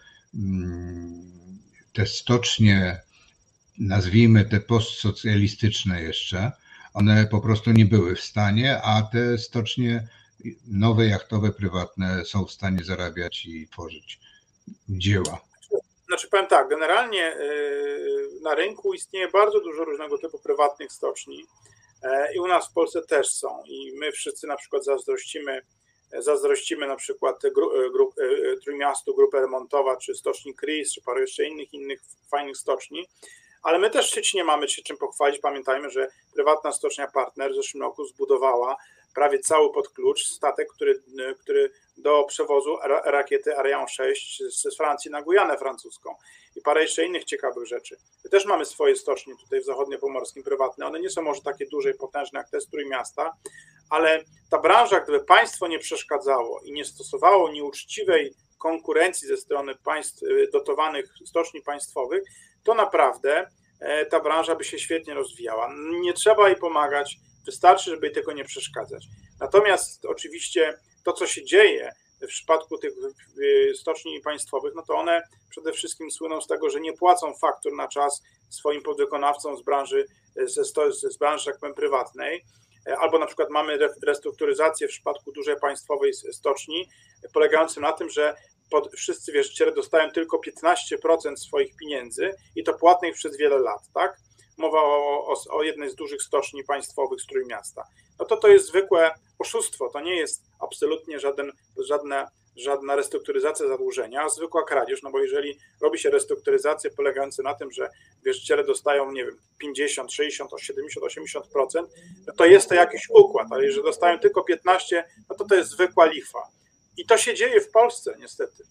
te stocznie, nazwijmy te postsocjalistyczne jeszcze, one po prostu nie były w stanie, a te stocznie nowe, jachtowe, prywatne są w stanie zarabiać i tworzyć dzieła? Znaczy powiem tak, generalnie na rynku istnieje bardzo dużo różnego typu prywatnych stoczni i u nas w Polsce też są i my wszyscy na przykład zazdrościmy Zazdrościmy na przykład gru, gru, Trójmiastu, Grupę Remontowa, czy Stoczni Kris, czy paru jeszcze innych innych fajnych stoczni, ale my też w Szczecinie mamy się czym pochwalić. Pamiętajmy, że prywatna stocznia Partner w zeszłym roku zbudowała prawie cały pod klucz statek, który, który do przewozu rakiety Ariane sześć z Francji na Gujanę francuską i parę jeszcze innych ciekawych rzeczy. My też mamy swoje stocznie tutaj w zachodniopomorskim prywatne, one nie są może takie duże i potężne jak te z Trójmiasta, ale ta branża, gdyby państwo nie przeszkadzało i nie stosowało nieuczciwej konkurencji ze strony państw dotowanych stoczni państwowych, to naprawdę ta branża by się świetnie rozwijała. Nie trzeba jej pomagać, wystarczy, żeby jej tylko nie przeszkadzać. Natomiast oczywiście to, co się dzieje w przypadku tych stoczni państwowych, no to one przede wszystkim słyną z tego, że nie płacą faktur na czas swoim podwykonawcom z branży, z branży tak powiem, prywatnej, albo na przykład mamy restrukturyzację w przypadku dużej państwowej stoczni, polegającą na tym, że pod, wszyscy wierzyciele dostają tylko piętnaście procent swoich pieniędzy i to płatnych przez wiele lat, tak? Mowa o, o, o jednej z dużych stoczni państwowych z Trójmiasta. No to to jest zwykłe oszustwo, to nie jest absolutnie żaden, żadna, żadna restrukturyzacja zadłużenia, a zwykła kradzież, no bo jeżeli robi się restrukturyzację polegającą na tym, że wierzyciele dostają, nie wiem, pięćdziesiąt, sześćdziesiąt, siedemdziesiąt, osiemdziesiąt procent, no to jest to jakiś układ, ale jeżeli dostają tylko piętnaście procent, no to to jest zwykła lichwa. I to się dzieje w Polsce niestety.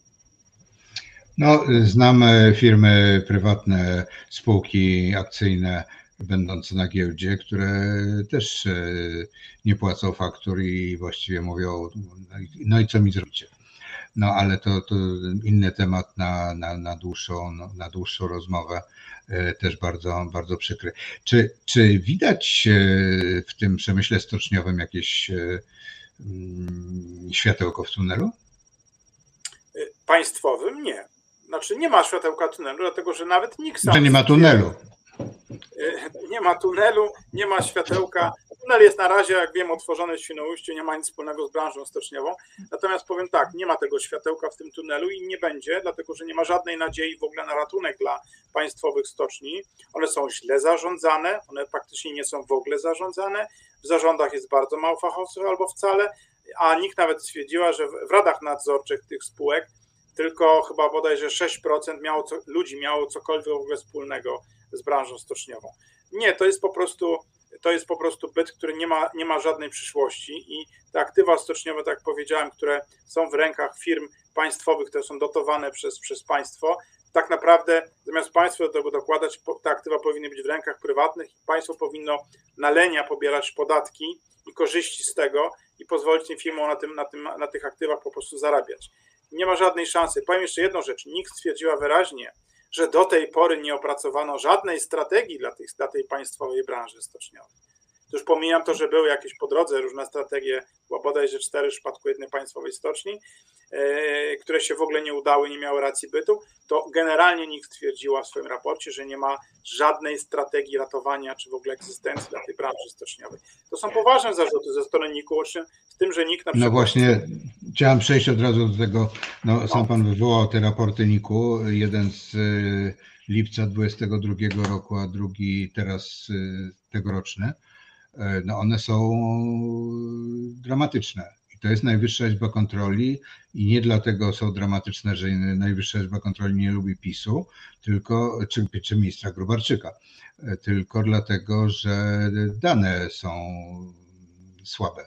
No, znam firmy prywatne, spółki akcyjne będące na giełdzie, które też nie płacą faktur i właściwie mówią, no i co mi zrobicie? No ale to, to inny temat na, na, na, dłuższą, na dłuższą rozmowę, też bardzo, bardzo przykry. Czy, czy widać w tym przemyśle stoczniowym jakieś światełko w tunelu? państwowym nie. Znaczy nie ma światełka tunelu, dlatego że nawet nikt sam... Że nie ma tunelu. Nie ma tunelu, nie ma światełka. Tunel jest na razie, jak wiem, otworzony w Świnoujściu, nie ma nic wspólnego z branżą stoczniową. Natomiast powiem tak, nie ma tego światełka w tym tunelu i nie będzie, dlatego że nie ma żadnej nadziei w ogóle na ratunek dla państwowych stoczni. One są źle zarządzane, one praktycznie nie są w ogóle zarządzane. W zarządach jest bardzo mało fachowców albo wcale, a nikt nawet stwierdziła, że w radach nadzorczych tych spółek tylko chyba bodajże sześć procent miało co, ludzi miało cokolwiek w ogóle wspólnego z branżą stoczniową. Nie, to jest po prostu, to jest po prostu byt, który nie ma, nie ma żadnej przyszłości i te aktywa stoczniowe, tak jak powiedziałem, które są w rękach firm państwowych, które są dotowane przez, przez państwo, tak naprawdę zamiast państwo do tego dokładać, te aktywa powinny być w rękach prywatnych i państwo powinno na lenia pobierać podatki i korzyści z tego i pozwolić tym firmom na, tym, na, tym, na tych aktywach po prostu zarabiać. Nie ma żadnej szansy. Powiem jeszcze jedną rzecz. NIK stwierdziła wyraźnie, że do tej pory nie opracowano żadnej strategii dla, tych, dla tej państwowej branży stoczniowej. To już pomijam to, że były jakieś po drodze różne strategie, bo bodajże cztery w przypadku jednej państwowej stoczni, yy, które się w ogóle nie udały, nie miały racji bytu, to generalnie NIK stwierdziła w swoim raporcie, że nie ma żadnej strategii ratowania czy w ogóle egzystencji dla tej branży stoczniowej. To są poważne zarzuty ze strony NIK-u, z tym, że NIK na przykład... No właśnie, chciałem przejść od razu do tego, no sam pan wywołał te raporty NIK-u, jeden z lipca dwudziestego drugiego roku, a drugi teraz tegoroczny. No one są dramatyczne i to jest Najwyższa Izba Kontroli i nie dlatego są dramatyczne, że Najwyższa Izba Kontroli nie lubi PiSu, tylko, czy, czy ministra Gróbarczyka, tylko dlatego, że dane są słabe.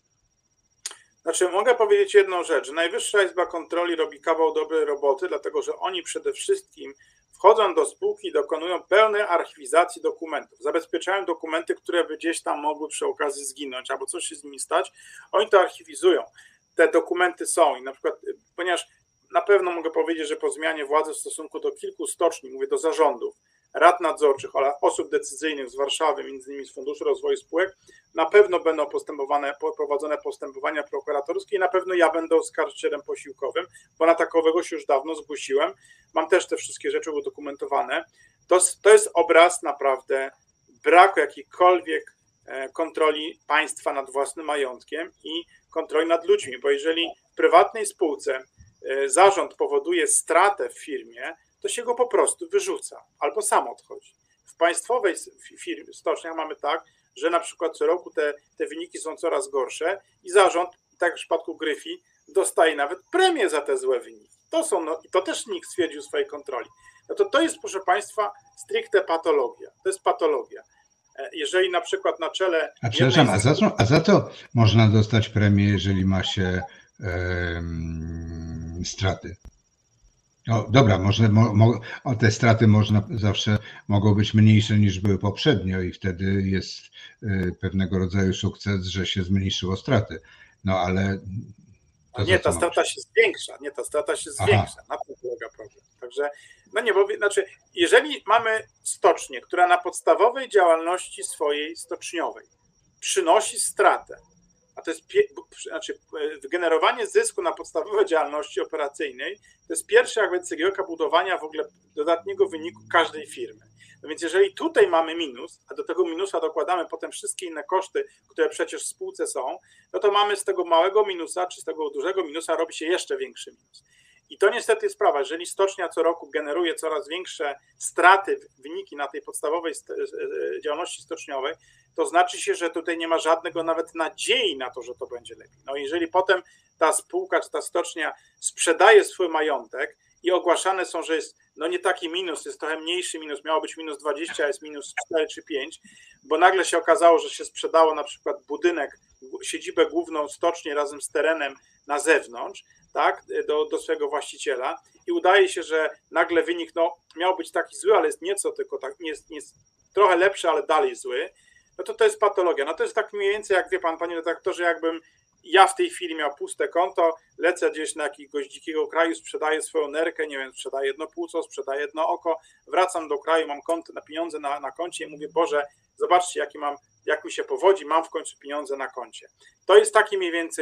Znaczy mogę powiedzieć jedną rzecz, że Najwyższa Izba Kontroli robi kawał dobrej roboty, dlatego że oni przede wszystkim wchodzą do spółki i dokonują pełnej archiwizacji dokumentów. Zabezpieczają dokumenty, które by gdzieś tam mogły przy okazji zginąć albo coś się z nimi stać. Oni to archiwizują. Te dokumenty są i na przykład, ponieważ na pewno mogę powiedzieć, że po zmianie władzy w stosunku do kilku stoczni, mówię do zarządów, rad nadzorczych oraz osób decyzyjnych z Warszawy, między innymi z Funduszu Rozwoju Spółek, na pewno będą postępowane, prowadzone postępowania prokuratorskie i na pewno ja będę oskarżycielem posiłkowym, bo na takowego się już dawno zgłosiłem. Mam też te wszystkie rzeczy udokumentowane. To, to jest obraz naprawdę braku jakiejkolwiek kontroli państwa nad własnym majątkiem i kontroli nad ludźmi, bo jeżeli w prywatnej spółce zarząd powoduje stratę w firmie, to się go po prostu wyrzuca albo sam odchodzi. W państwowej firmie, stoczniach mamy tak, że na przykład co roku te, te wyniki są coraz gorsze i zarząd, tak jak w przypadku Gryfi, dostaje nawet premię za te złe wyniki. To są, no, i to też NIK stwierdził w swojej kontroli. No to to jest, proszę państwa, stricte patologia. To jest patologia. Jeżeli na przykład na czele... A przepraszam, a za, co, a za co można dostać premię, jeżeli ma się um, straty? O, dobra, może, mo, mo, o te straty można zawsze mogą być mniejsze niż były poprzednio i wtedy jest y, pewnego rodzaju sukces, że się zmniejszyło straty. No ale... Nie, ta strata się zwiększa, nie, ta strata się zwiększa, na tym polega problem. Także, no nie, bo znaczy, jeżeli mamy stocznię, która na podstawowej działalności swojej stoczniowej przynosi stratę, a to jest, znaczy wygenerowanie zysku na podstawowej działalności operacyjnej, to jest pierwsza jakby cegiełka budowania w ogóle dodatniego wyniku każdej firmy. No więc jeżeli tutaj mamy minus, a do tego minusa dokładamy potem wszystkie inne koszty, które przecież w spółce są, no to mamy z tego małego minusa, czy z tego dużego minusa robi się jeszcze większy minus. I to niestety jest sprawa, jeżeli stocznia co roku generuje coraz większe straty, wyniki na tej podstawowej działalności stoczniowej, to znaczy się, że tutaj nie ma żadnego nawet nadziei na to, że to będzie lepiej. No jeżeli potem ta spółka czy ta stocznia sprzedaje swój majątek i ogłaszane są, że jest no nie taki minus, jest trochę mniejszy minus, miało być minus dwadzieścia, a jest minus cztery czy pięć, bo nagle się okazało, że się sprzedało na przykład budynek, siedzibę główną stoczni razem z terenem na zewnątrz, tak, do, do swojego właściciela i udaje się, że nagle wynik no, miał być taki zły, ale jest nieco tylko tak, nie jest, nie jest trochę lepszy, ale dalej zły, no to to jest patologia. No to jest tak mniej więcej, jak wie pan, panie redaktorze, jakbym ja w tej chwili miał puste konto, lecę gdzieś na jakiegoś dzikiego kraju, sprzedaję swoją nerkę, nie wiem, sprzedaję jedno płuco, sprzedaję jedno oko, wracam do kraju, mam konto na pieniądze na, na koncie i mówię, Boże, zobaczcie, jaki mam, jak mi się powodzi, mam w końcu pieniądze na koncie. To jest taki mniej więcej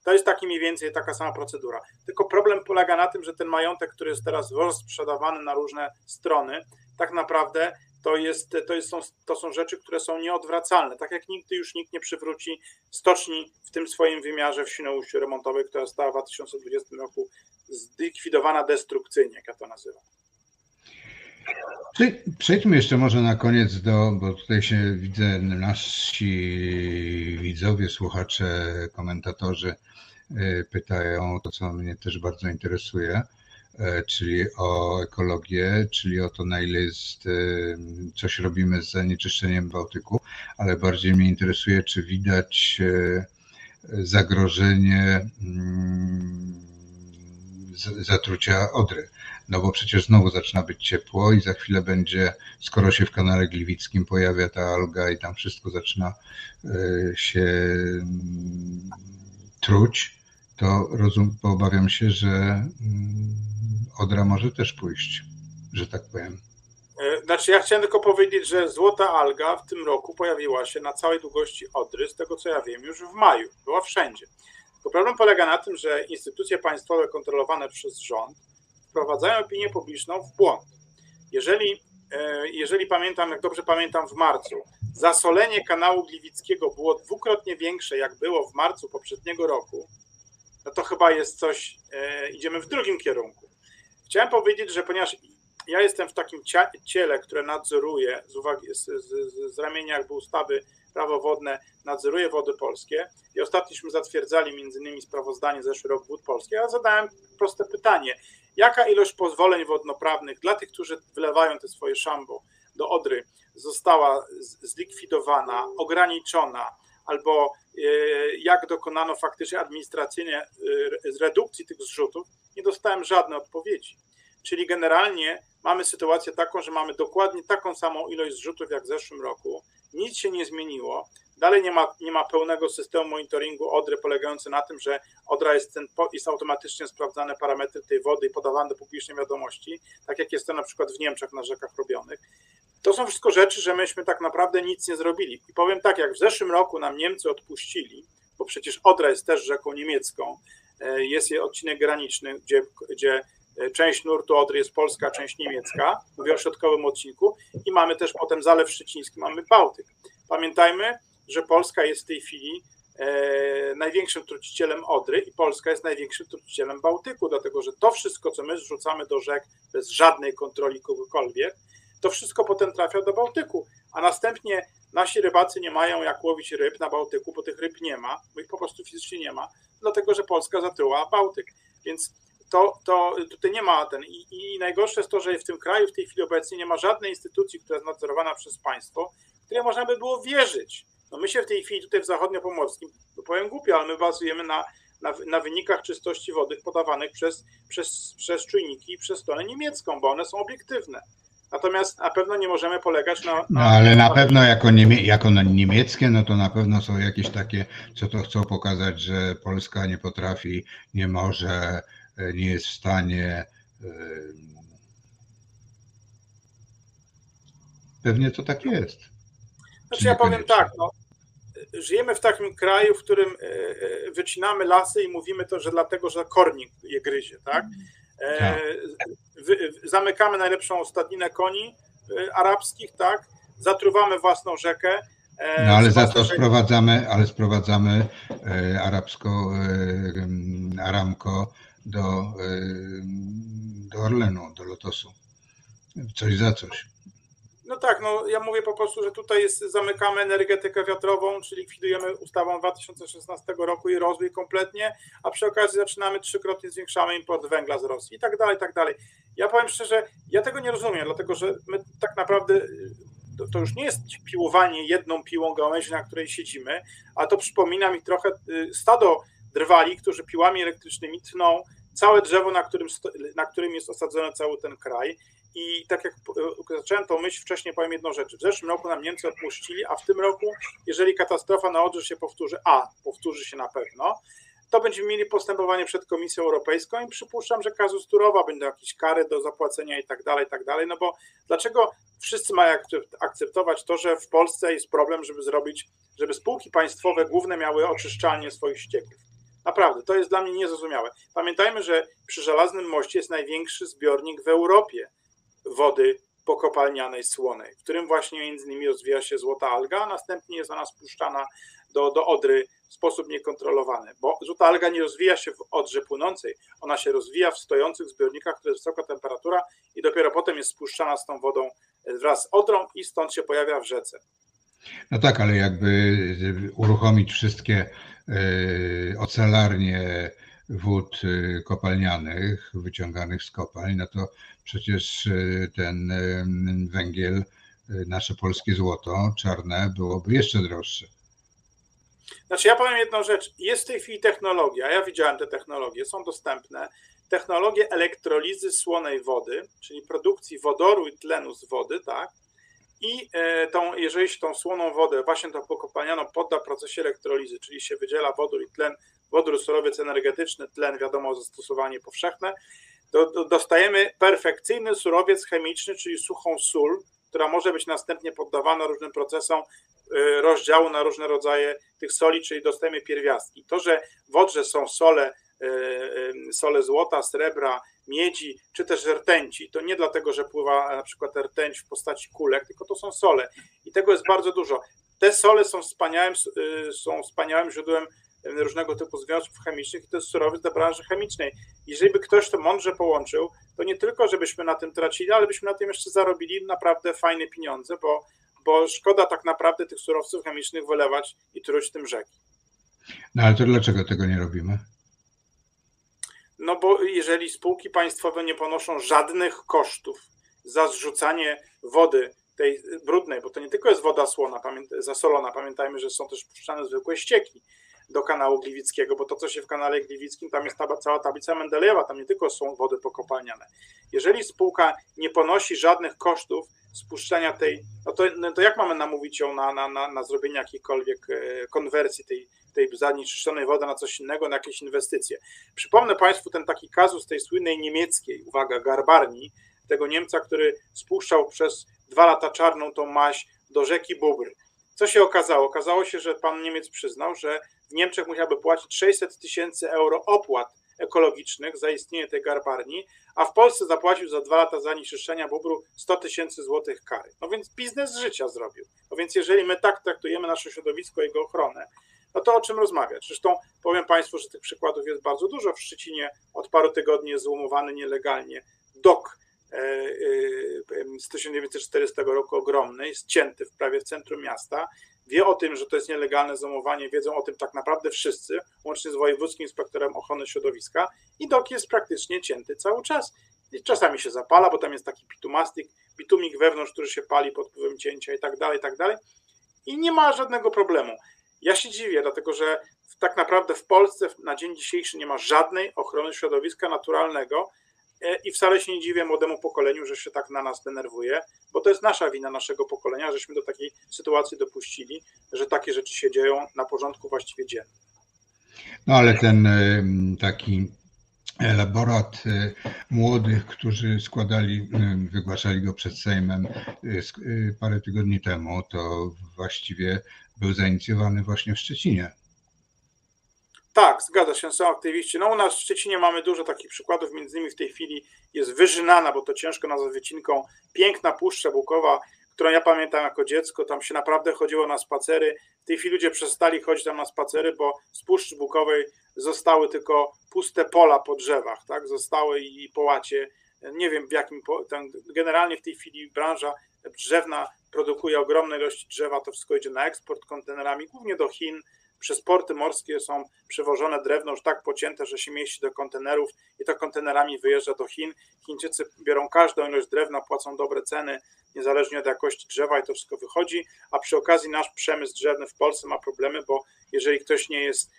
To jest taki mniej więcej taka sama procedura. Tylko problem polega na tym, że ten majątek, który jest teraz rozprzedawany na różne strony, tak naprawdę to, jest, to, jest, to są rzeczy, które są nieodwracalne. Tak jak nigdy już nikt nie przywróci stoczni w tym swoim wymiarze w Świnoujściu remontowej, która została w dwa tysiące dwudziestym roku zlikwidowana destrukcyjnie, jak ja to nazywam. Przejdźmy jeszcze może na koniec do, bo tutaj się widzę, nasi widzowie, słuchacze, komentatorzy pytają o to, co mnie też bardzo interesuje, czyli o ekologię, czyli o to, na ile jest, coś robimy z zanieczyszczeniem Bałtyku, ale bardziej mnie interesuje, czy widać zagrożenie zatrucia Odry. No bo przecież znowu zaczyna być ciepło i za chwilę będzie, skoro się w kanale Gliwickim pojawia ta alga i tam wszystko zaczyna się truć, to rozum, obawiam się, że Odra może też pójść, że tak powiem. Znaczy ja chciałem tylko powiedzieć, że złota alga w tym roku pojawiła się na całej długości Odry, z tego co ja wiem, już w maju, była wszędzie. Tylko problem polega na tym, że instytucje państwowe kontrolowane przez rząd wprowadzają opinię publiczną w błąd. Jeżeli, jeżeli pamiętam, jak dobrze pamiętam, w marcu zasolenie kanału Gliwickiego było dwukrotnie większe, jak było w marcu poprzedniego roku, no to chyba jest coś, idziemy w drugim kierunku. Chciałem powiedzieć, że ponieważ ja jestem w takim ciele, które nadzoruje z uwagi z, z, z ramienia jakby ustawy Prawo Wodne, nadzoruje Wody Polskie i ostatniośmy zatwierdzali między innymi sprawozdanie zeszły rok Wód Polskich. Ja zadałem proste pytanie, jaka ilość pozwoleń wodnoprawnych dla tych, którzy wlewają te swoje szambo do Odry, została zlikwidowana, ograniczona, albo jak dokonano faktycznie administracyjnie redukcji tych zrzutów? Nie dostałem żadnej odpowiedzi. Czyli generalnie mamy sytuację taką, że mamy dokładnie taką samą ilość zrzutów jak w zeszłym roku, nic się nie zmieniło, dalej nie ma, nie ma pełnego systemu monitoringu Odry polegający na tym, że Odra jest, ten, jest automatycznie sprawdzane parametry tej wody i podawane do publicznej wiadomości, tak jak jest to na przykład w Niemczech na rzekach robionych. To są wszystko rzeczy, że myśmy tak naprawdę nic nie zrobili. I powiem tak, jak w zeszłym roku nam Niemcy odpuścili, bo przecież Odra jest też rzeką niemiecką, jest jej odcinek graniczny, gdzie, gdzie część nurtu Odry jest polska, część niemiecka, mówię o środkowym odcinku, i mamy też potem Zalew Szczeciński, mamy Bałtyk. Pamiętajmy, że Polska jest w tej chwili e, największym trucicielem Odry i Polska jest największym trucicielem Bałtyku, dlatego że to wszystko, co my zrzucamy do rzek bez żadnej kontroli kogokolwiek, to wszystko potem trafia do Bałtyku, a następnie nasi rybacy nie mają jak łowić ryb na Bałtyku, bo tych ryb nie ma, bo ich po prostu fizycznie nie ma, dlatego że Polska zatruła Bałtyk. Więc to, to tutaj nie ma ten i, i najgorsze jest to, że w tym kraju w tej chwili obecnie nie ma żadnej instytucji, która jest nadzorowana przez państwo, której można by było wierzyć. No my się w tej chwili tutaj w Zachodniopomorskim, no powiem głupio, ale my bazujemy na, na, na wynikach czystości wody podawanych przez, przez, przez czujniki i przez stronę niemiecką, bo one są obiektywne. Natomiast na pewno nie możemy polegać na... na no ale na pewno jako, niemie, jako niemieckie, no to na pewno są jakieś takie, co to chcą pokazać, że Polska nie potrafi, nie może, nie jest w stanie. Pewnie to tak jest. Znaczy ja powiem tak, no, żyjemy w takim kraju, w którym wycinamy lasy i mówimy to, że dlatego, że kornik je gryzie, tak? tak. Zamykamy najlepszą stadninę koni arabskich, tak? Zatruwamy własną rzekę. No ale za to sprowadzamy, ale sprowadzamy arabsko, Aramco do, do Orlenu, do Lotosu. Coś za coś. No tak, no ja mówię po prostu, że tutaj jest, zamykamy energetykę wiatrową, czyli likwidujemy ustawą dwa tysiące szesnastego roku i rozwój kompletnie, a przy okazji zaczynamy trzykrotnie zwiększamy import węgla z Rosji i tak dalej, i tak dalej. Ja powiem szczerze, ja tego nie rozumiem, dlatego że my tak naprawdę to, to już nie jest piłowanie jedną piłą gałęzi, na której siedzimy, a to przypomina mi trochę stado drwali, którzy piłami elektrycznymi tną całe drzewo, na którym, na którym jest osadzony cały ten kraj. I tak jak zacząłem tą myśl wcześniej, powiem jedną rzecz. W zeszłym roku nam Niemcy odpuścili, a w tym roku, jeżeli katastrofa na Odrze się powtórzy, a powtórzy się na pewno, to będziemy mieli postępowanie przed Komisją Europejską i przypuszczam, że kazus Turowa, będą jakieś kary do zapłacenia i tak dalej, i tak dalej. No bo dlaczego wszyscy mają akceptować to, że w Polsce jest problem, żeby zrobić, żeby spółki państwowe główne miały oczyszczalnie swoich ścieków? Naprawdę, to jest dla mnie niezrozumiałe. Pamiętajmy, że przy Żelaznym Moście jest największy zbiornik w Europie wody pokopalnianej słonej, w którym właśnie między innymi rozwija się złota alga, a następnie jest ona spuszczana do, do Odry w sposób niekontrolowany, bo złota alga nie rozwija się w Odrze płynącej, ona się rozwija w stojących zbiornikach, które jest wysoka temperatura i dopiero potem jest spuszczana z tą wodą wraz z Odrą i stąd się pojawia w rzece. No tak, ale jakby uruchomić wszystkie ocelarnie wód kopalnianych wyciąganych z kopalń, no to przecież ten węgiel, nasze polskie złoto czarne byłoby jeszcze droższe. Znaczy ja powiem jedną rzecz, jest w tej chwili technologia, ja widziałem te technologie, są dostępne, technologie elektrolizy słonej wody, czyli produkcji wodoru i tlenu z wody, tak, i tą, jeżeli się tą słoną wodę, właśnie tą pokopalnianą podda procesie elektrolizy, czyli się wydziela wodór i tlen, wodór, surowiec energetyczny, tlen, wiadomo, zastosowanie powszechne, to, to dostajemy perfekcyjny surowiec chemiczny, czyli suchą sól, która może być następnie poddawana różnym procesom rozdziału na różne rodzaje tych soli, czyli dostajemy pierwiastki. To, że w Odrze są sole, sole złota, srebra, miedzi, czy też rtęci, to nie dlatego, że pływa na przykład rtęć w postaci kulek, tylko to są sole i tego jest bardzo dużo. Te sole są wspaniałym, są wspaniałym źródłem różnego typu związków chemicznych i to jest surowiec do branży chemicznej. Jeżeli by ktoś to mądrze połączył, to nie tylko, żebyśmy na tym tracili, ale byśmy na tym jeszcze zarobili naprawdę fajne pieniądze, bo, bo szkoda tak naprawdę tych surowców chemicznych wylewać i truć tym rzeki. No ale to dlaczego tego nie robimy? No bo jeżeli spółki państwowe nie ponoszą żadnych kosztów za zrzucanie wody tej brudnej, bo to nie tylko jest woda słona, zasolona, pamiętajmy, że są też puszczane zwykłe ścieki do kanału Gliwickiego, bo to, co się w kanale Gliwickim, tam jest ta, cała tablica Mendelejewa, tam nie tylko są wody pokopalniane. Jeżeli spółka nie ponosi żadnych kosztów spuszczenia tej, no to, no to jak mamy namówić ją na, na, na, na zrobienie jakiejkolwiek konwersji tej, tej zanieczyszczonej wody na coś innego, na jakieś inwestycje. Przypomnę Państwu ten taki kazus tej słynnej niemieckiej, uwaga, garbarni, tego Niemca, który spuszczał przez dwa lata czarną tą maź do rzeki Bóbr. Co się okazało? Okazało się, że pan Niemiec przyznał, że w Niemczech musiałby płacić sześćset tysięcy euro opłat ekologicznych za istnienie tej garbarni, a w Polsce zapłacił za dwa lata zanieczyszczenia Bóbru sto tysięcy złotych kary. No więc biznes z życia zrobił. No więc jeżeli my tak traktujemy nasze środowisko, jego ochronę, no to o czym rozmawiać? Zresztą powiem Państwu, że tych przykładów jest bardzo dużo. W Szczecinie od paru tygodni jest złomowany nielegalnie dok z tysiąc dziewięćset czterdziestego roku ogromny, jest cięty w prawie w centrum miasta. Wie o tym, że to jest nielegalne złomowanie, wiedzą o tym tak naprawdę wszyscy, łącznie z Wojewódzkim Inspektorem Ochrony Środowiska i dok jest praktycznie cięty cały czas. I czasami się zapala, bo tam jest taki bitumastik, bitumik wewnątrz, który się pali pod wpływem cięcia i tak dalej, i tak dalej. I nie ma żadnego problemu. Ja się dziwię, dlatego że tak naprawdę w Polsce na dzień dzisiejszy nie ma żadnej ochrony środowiska naturalnego i wcale się nie dziwię młodemu pokoleniu, że się tak na nas denerwuje, bo to jest nasza wina, naszego pokolenia, żeśmy do takiej sytuacji dopuścili, że takie rzeczy się dzieją na porządku właściwie dziennym. No ale ten taki elaborat młodych, którzy składali, wygłaszali go przed Sejmem parę tygodni temu, to właściwie był zainicjowany właśnie w Szczecinie. Tak, zgadza się, są aktywiści. No u nas w Szczecinie mamy dużo takich przykładów, między innymi w tej chwili jest Wyżynana, bo to ciężko nazwać wycinką, piękna Puszcza Bukowa, którą ja pamiętam jako dziecko, tam się naprawdę chodziło na spacery. W tej chwili ludzie przestali chodzić tam na spacery, bo z Puszczy Bukowej zostały tylko puste pola po drzewach, tak? Zostały i połacie. Nie wiem w jakim, ten, generalnie w tej chwili branża drzewna produkuje ogromne ilości drzewa, to wszystko idzie na eksport kontenerami, głównie do Chin. Przez porty morskie są przewożone drewno już tak pocięte, że się mieści do kontenerów i to kontenerami wyjeżdża do Chin. Chińczycy biorą każdą ilość drewna, płacą dobre ceny, niezależnie od jakości drzewa i to wszystko wychodzi, a przy okazji nasz przemysł drzewny w Polsce ma problemy, bo jeżeli ktoś nie jest,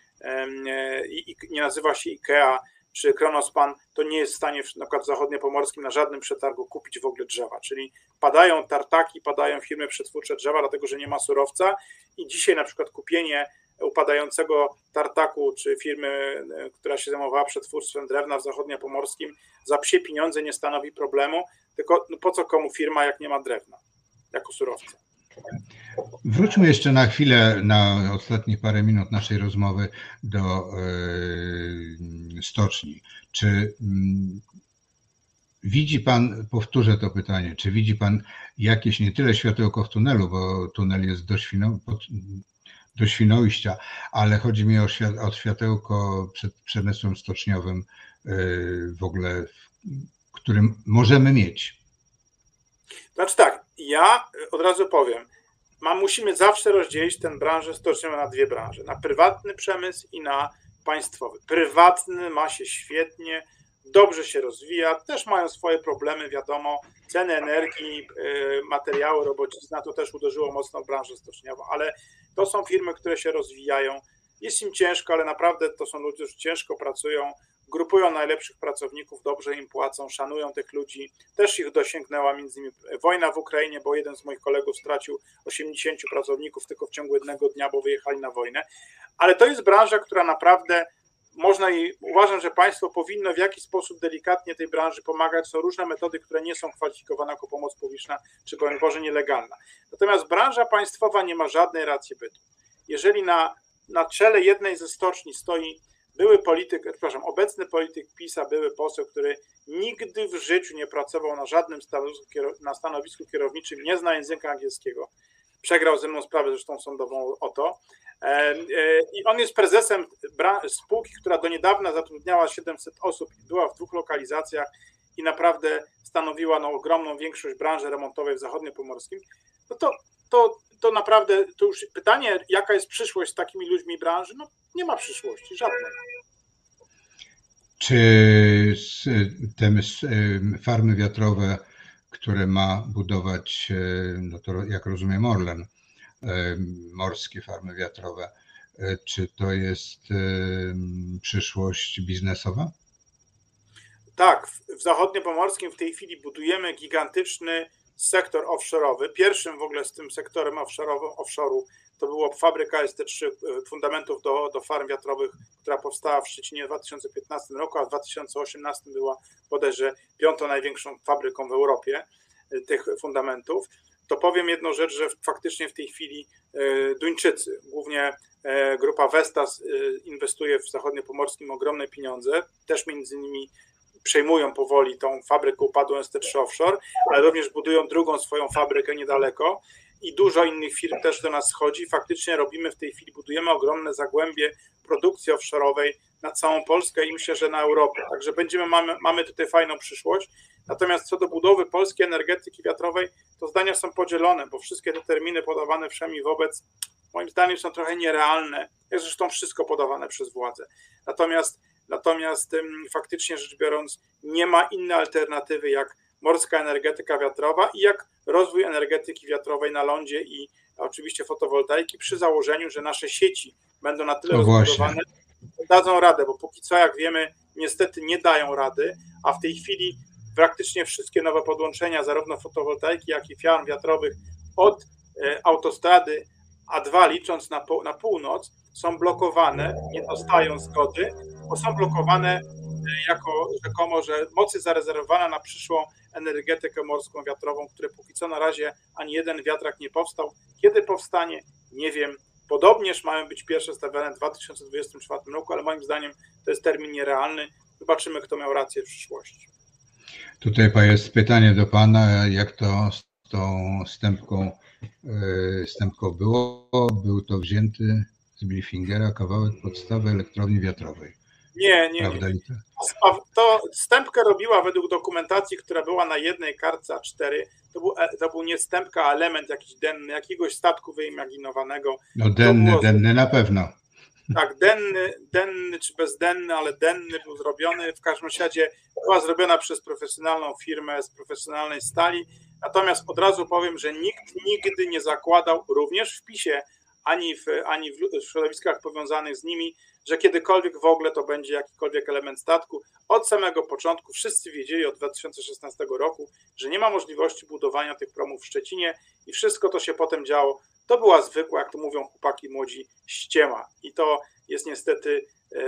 i nie nazywa się IKEA czy Kronospan, to nie jest w stanie na przykład w zachodniopomorskim na żadnym przetargu kupić w ogóle drzewa, czyli padają tartaki, padają firmy przetwórcze drzewa, dlatego że nie ma surowca i dzisiaj na przykład kupienie upadającego tartaku, czy firmy, która się zajmowała przetwórstwem drewna w zachodniopomorskim, za psie pieniądze nie stanowi problemu, tylko no po co komu firma, jak nie ma drewna jako surowca. Wróćmy jeszcze na chwilę, na ostatnie parę minut naszej rozmowy do yy, stoczni. Czy yy, widzi pan, powtórzę to pytanie, czy widzi pan jakieś nie tyle światełko w tunelu, bo tunel jest do, Świno, pod, do Świnoujścia, ale chodzi mi o, świat, o światełko przed przemysłem stoczniowym yy, w ogóle, którym możemy mieć? Znaczy tak, ja od razu powiem, ma, musimy zawsze rozdzielić tę branżę stoczniową na dwie branże, na prywatny przemysł i na państwowy. Prywatny ma się świetnie, dobrze się rozwija, też mają swoje problemy, wiadomo, ceny energii, materiały, robocizna, to też uderzyło mocno w branżę stoczniową, ale to są firmy, które się rozwijają, jest im ciężko, ale naprawdę to są ludzie, którzy ciężko pracują, grupują najlepszych pracowników, dobrze im płacą, szanują tych ludzi. Też ich dosięgnęła między innymi wojna w Ukrainie, bo jeden z moich kolegów stracił osiemdziesięciu pracowników tylko w ciągu jednego dnia, bo wyjechali na wojnę. Ale to jest branża, która naprawdę można i uważam, że państwo powinno w jakiś sposób delikatnie tej branży pomagać. Są różne metody, które nie są kwalifikowane jako pomoc publiczna, czy broń Boże nielegalna. Natomiast branża państwowa nie ma żadnej racji bytu. Jeżeli na, na czele jednej ze stoczni stoi były polityk, przepraszam, obecny polityk PiS-a, były poseł, który nigdy w życiu nie pracował na żadnym stanowisku, na stanowisku kierowniczym, nie zna języka angielskiego. Przegrał ze mną sprawę zresztą sądową o to. I on jest prezesem spółki, która do niedawna zatrudniała siedemset osób, była w dwóch lokalizacjach i naprawdę stanowiła no, ogromną większość branży remontowej w zachodniopomorskim. No to, to, to naprawdę, to już pytanie, jaka jest przyszłość z takimi ludźmi branży, no nie ma przyszłości, żadnej. Czy te farmy wiatrowe, które ma budować, no to jak rozumiem Orlen, morskie farmy wiatrowe, czy to jest przyszłość biznesowa? Tak, w zachodniopomorskim w tej chwili budujemy gigantyczny sektor offshore'owy. Pierwszym w ogóle z tym sektorem offshore'u to była fabryka S T trzy fundamentów do, do farm wiatrowych, która powstała w Szczecinie w dwa tysiące piętnastym roku, a w dwa tysiące osiemnastym była bodajże piątą największą fabryką w Europie tych fundamentów. To powiem jedną rzecz, że faktycznie w tej chwili Duńczycy, głównie grupa Vestas, inwestuje w zachodniopomorskim ogromne pieniądze, też między innymi przejmują powoli tą fabrykę upadłą S T trzy Offshore, ale również budują drugą swoją fabrykę niedaleko i dużo innych firm też do nas schodzi. Faktycznie robimy w tej chwili, budujemy ogromne zagłębie produkcji offshore'owej na całą Polskę i myślę, że na Europę. Także będziemy, mamy, mamy tutaj fajną przyszłość. Natomiast co do budowy polskiej energetyki wiatrowej, to zdania są podzielone, bo wszystkie te terminy podawane wszemi wobec, moim zdaniem, są trochę nierealne. Jest zresztą wszystko podawane przez władze. Natomiast Natomiast faktycznie rzecz biorąc, nie ma innej alternatywy jak morska energetyka wiatrowa i jak rozwój energetyki wiatrowej na lądzie i oczywiście fotowoltaiki przy założeniu, że nasze sieci będą na tyle rozbudowane, że dadzą radę, bo póki co, jak wiemy, niestety nie dają rady, a w tej chwili praktycznie wszystkie nowe podłączenia, zarówno fotowoltaiki, jak i farm wiatrowych od autostrady A dwa licząc na, po, na północ, są blokowane, nie dostają zgody, bo są blokowane jako rzekomo, że moc jest zarezerwowana na przyszłą energetykę morską wiatrową, które póki co na razie ani jeden wiatrak nie powstał. Kiedy powstanie, nie wiem. Podobnież mają być pierwsze stawiane w dwa tysiące dwudziestym czwartym roku, ale moim zdaniem to jest termin nierealny. Zobaczymy, kto miał rację w przyszłości. Tutaj jest pytanie do pana, jak to z tą stępką, stępką było? Był to wzięty z Bilfingera kawałek podstawy elektrowni wiatrowej. Nie, nie, nie. To stępkę robiła według dokumentacji, która była na jednej kartce A cztery. To był, to był nie stępka, a element jakiś denny, jakiegoś statku wyimaginowanego. No denny, było, denny na pewno. Tak, denny, denny czy bezdenny, ale denny był zrobiony. W każdym razie była zrobiona przez profesjonalną firmę z profesjonalnej stali. Natomiast od razu powiem, że nikt nigdy nie zakładał, również w PiS-ie, ani w, ani w środowiskach powiązanych z nimi, że kiedykolwiek w ogóle to będzie jakikolwiek element statku. Od samego początku wszyscy wiedzieli od dwa tysiące szesnastego roku, że nie ma możliwości budowania tych promów w Szczecinie i wszystko to się potem działo. To była zwykła, jak to mówią chłopaki młodzi, ściema. I to jest niestety,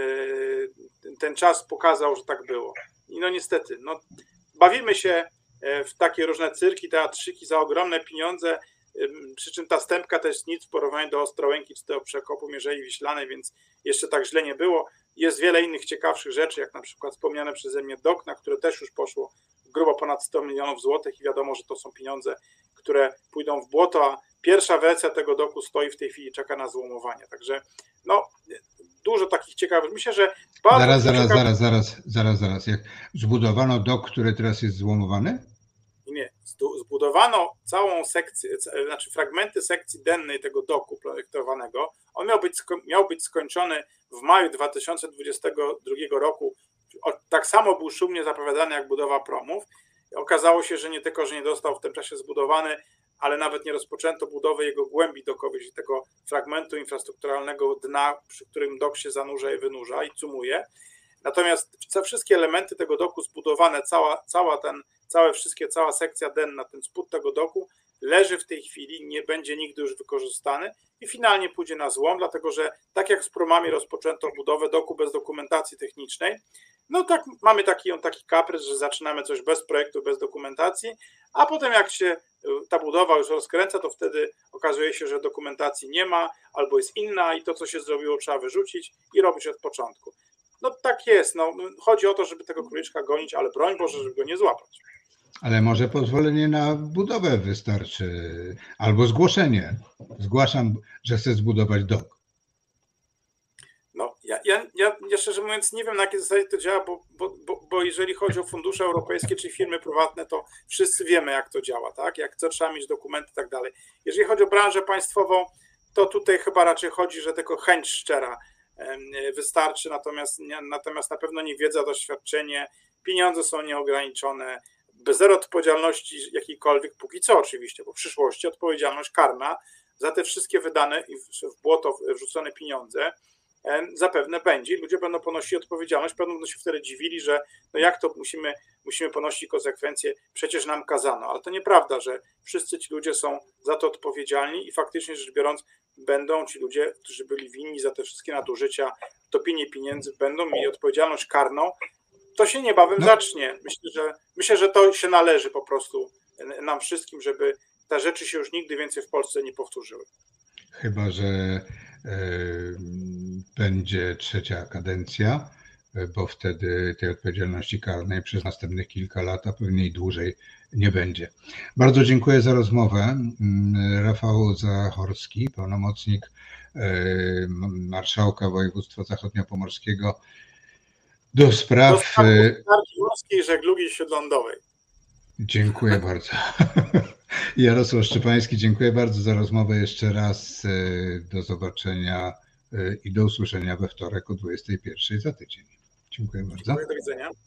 ten czas pokazał, że tak było. I no niestety, no, bawimy się w takie różne cyrki, teatrzyki za ogromne pieniądze, przy czym ta stępka to jest nic w porównaniu do Ostrołęki czy do przekopu Mierzei Wiślanej, więc jeszcze tak źle nie było. Jest wiele innych ciekawszych rzeczy, jak na przykład wspomniane przeze mnie dok, na które też już poszło grubo ponad sto milionów złotych i wiadomo, że to są pieniądze, które pójdą w błoto, a pierwsza wersja tego doku stoi w tej chwili, czeka na złomowanie. Także no, dużo takich ciekawych. Myślę, że bardzo Zaraz, zaraz, ciekawych... zaraz, zaraz, zaraz, zaraz. Jak zbudowano dok, który teraz jest złomowany? Nie, zbudowano całą sekcję, znaczy fragmenty sekcji dennej tego doku projektowanego. On miał być, miał być skończony w maju dwa tysiące dwudziestego drugiego roku. Tak samo był szumnie zapowiadany jak budowa promów. Okazało się, że nie tylko, że nie został w tym czasie zbudowany, ale nawet nie rozpoczęto budowy jego głębi dokowej, czyli tego fragmentu infrastrukturalnego dna, przy którym dok się zanurza i wynurza i cumuje. Natomiast wszystkie elementy tego doku zbudowane, cała, cała ten, całe wszystkie, cała sekcja denna, ten spód tego doku leży w tej chwili, nie będzie nigdy już wykorzystany i finalnie pójdzie na złom, dlatego że tak jak z promami rozpoczęto budowę doku bez dokumentacji technicznej, no tak mamy taki, taki kaprys, że zaczynamy coś bez projektu, bez dokumentacji, a potem jak się ta budowa już rozkręca, to wtedy okazuje się, że dokumentacji nie ma albo jest inna i to, co się zrobiło, trzeba wyrzucić i robić od początku. No tak jest, no, chodzi o to, żeby tego króliczka gonić, ale broń Boże, żeby go nie złapać. Ale może pozwolenie na budowę wystarczy, albo zgłoszenie. Zgłaszam, że chcę zbudować dok. No, ja, ja, ja, ja szczerze mówiąc nie wiem, na jakiej zasadzie to działa, bo, bo, bo, bo jeżeli chodzi o fundusze europejskie czy firmy prywatne, to wszyscy wiemy, jak to działa, tak? Jak co trzeba mieć dokumenty i tak dalej. Jeżeli chodzi o branżę państwową, to tutaj chyba raczej chodzi, że tylko chęć szczera wystarczy, natomiast, natomiast na pewno nie wiedza, doświadczenie, pieniądze są nieograniczone, zero odpowiedzialności jakiejkolwiek, póki co oczywiście, bo w przyszłości odpowiedzialność karna za te wszystkie wydane i w błoto wrzucone pieniądze zapewne będzie. Ludzie będą ponosili odpowiedzialność, będą się wtedy dziwili, że no jak to musimy, musimy ponosić konsekwencje, przecież nam kazano, ale to nieprawda, że wszyscy ci ludzie są za to odpowiedzialni i faktycznie rzecz biorąc będą ci ludzie, którzy byli winni za te wszystkie nadużycia, topienie pieniędzy, będą mieli odpowiedzialność karną. To się niebawem no. zacznie. Myślę że, myślę, że to się należy po prostu nam wszystkim, żeby te rzeczy się już nigdy więcej w Polsce nie powtórzyły. Chyba że y, będzie trzecia kadencja, bo wtedy tej odpowiedzialności karnej przez następnych kilka lat, a pewnie i dłużej nie będzie. Bardzo dziękuję za rozmowę. Rafał Zachorski, pełnomocnik y, marszałka województwa zachodniopomorskiego do spraw, do spraw morskiej żeglugi śródlądowej. Dziękuję bardzo. Jarosław Szczepański, dziękuję bardzo za rozmowę jeszcze raz. Do zobaczenia i do usłyszenia we wtorek o dwudziestej pierwszej za tydzień. Dziękuję bardzo. Dziękuję, do widzenia.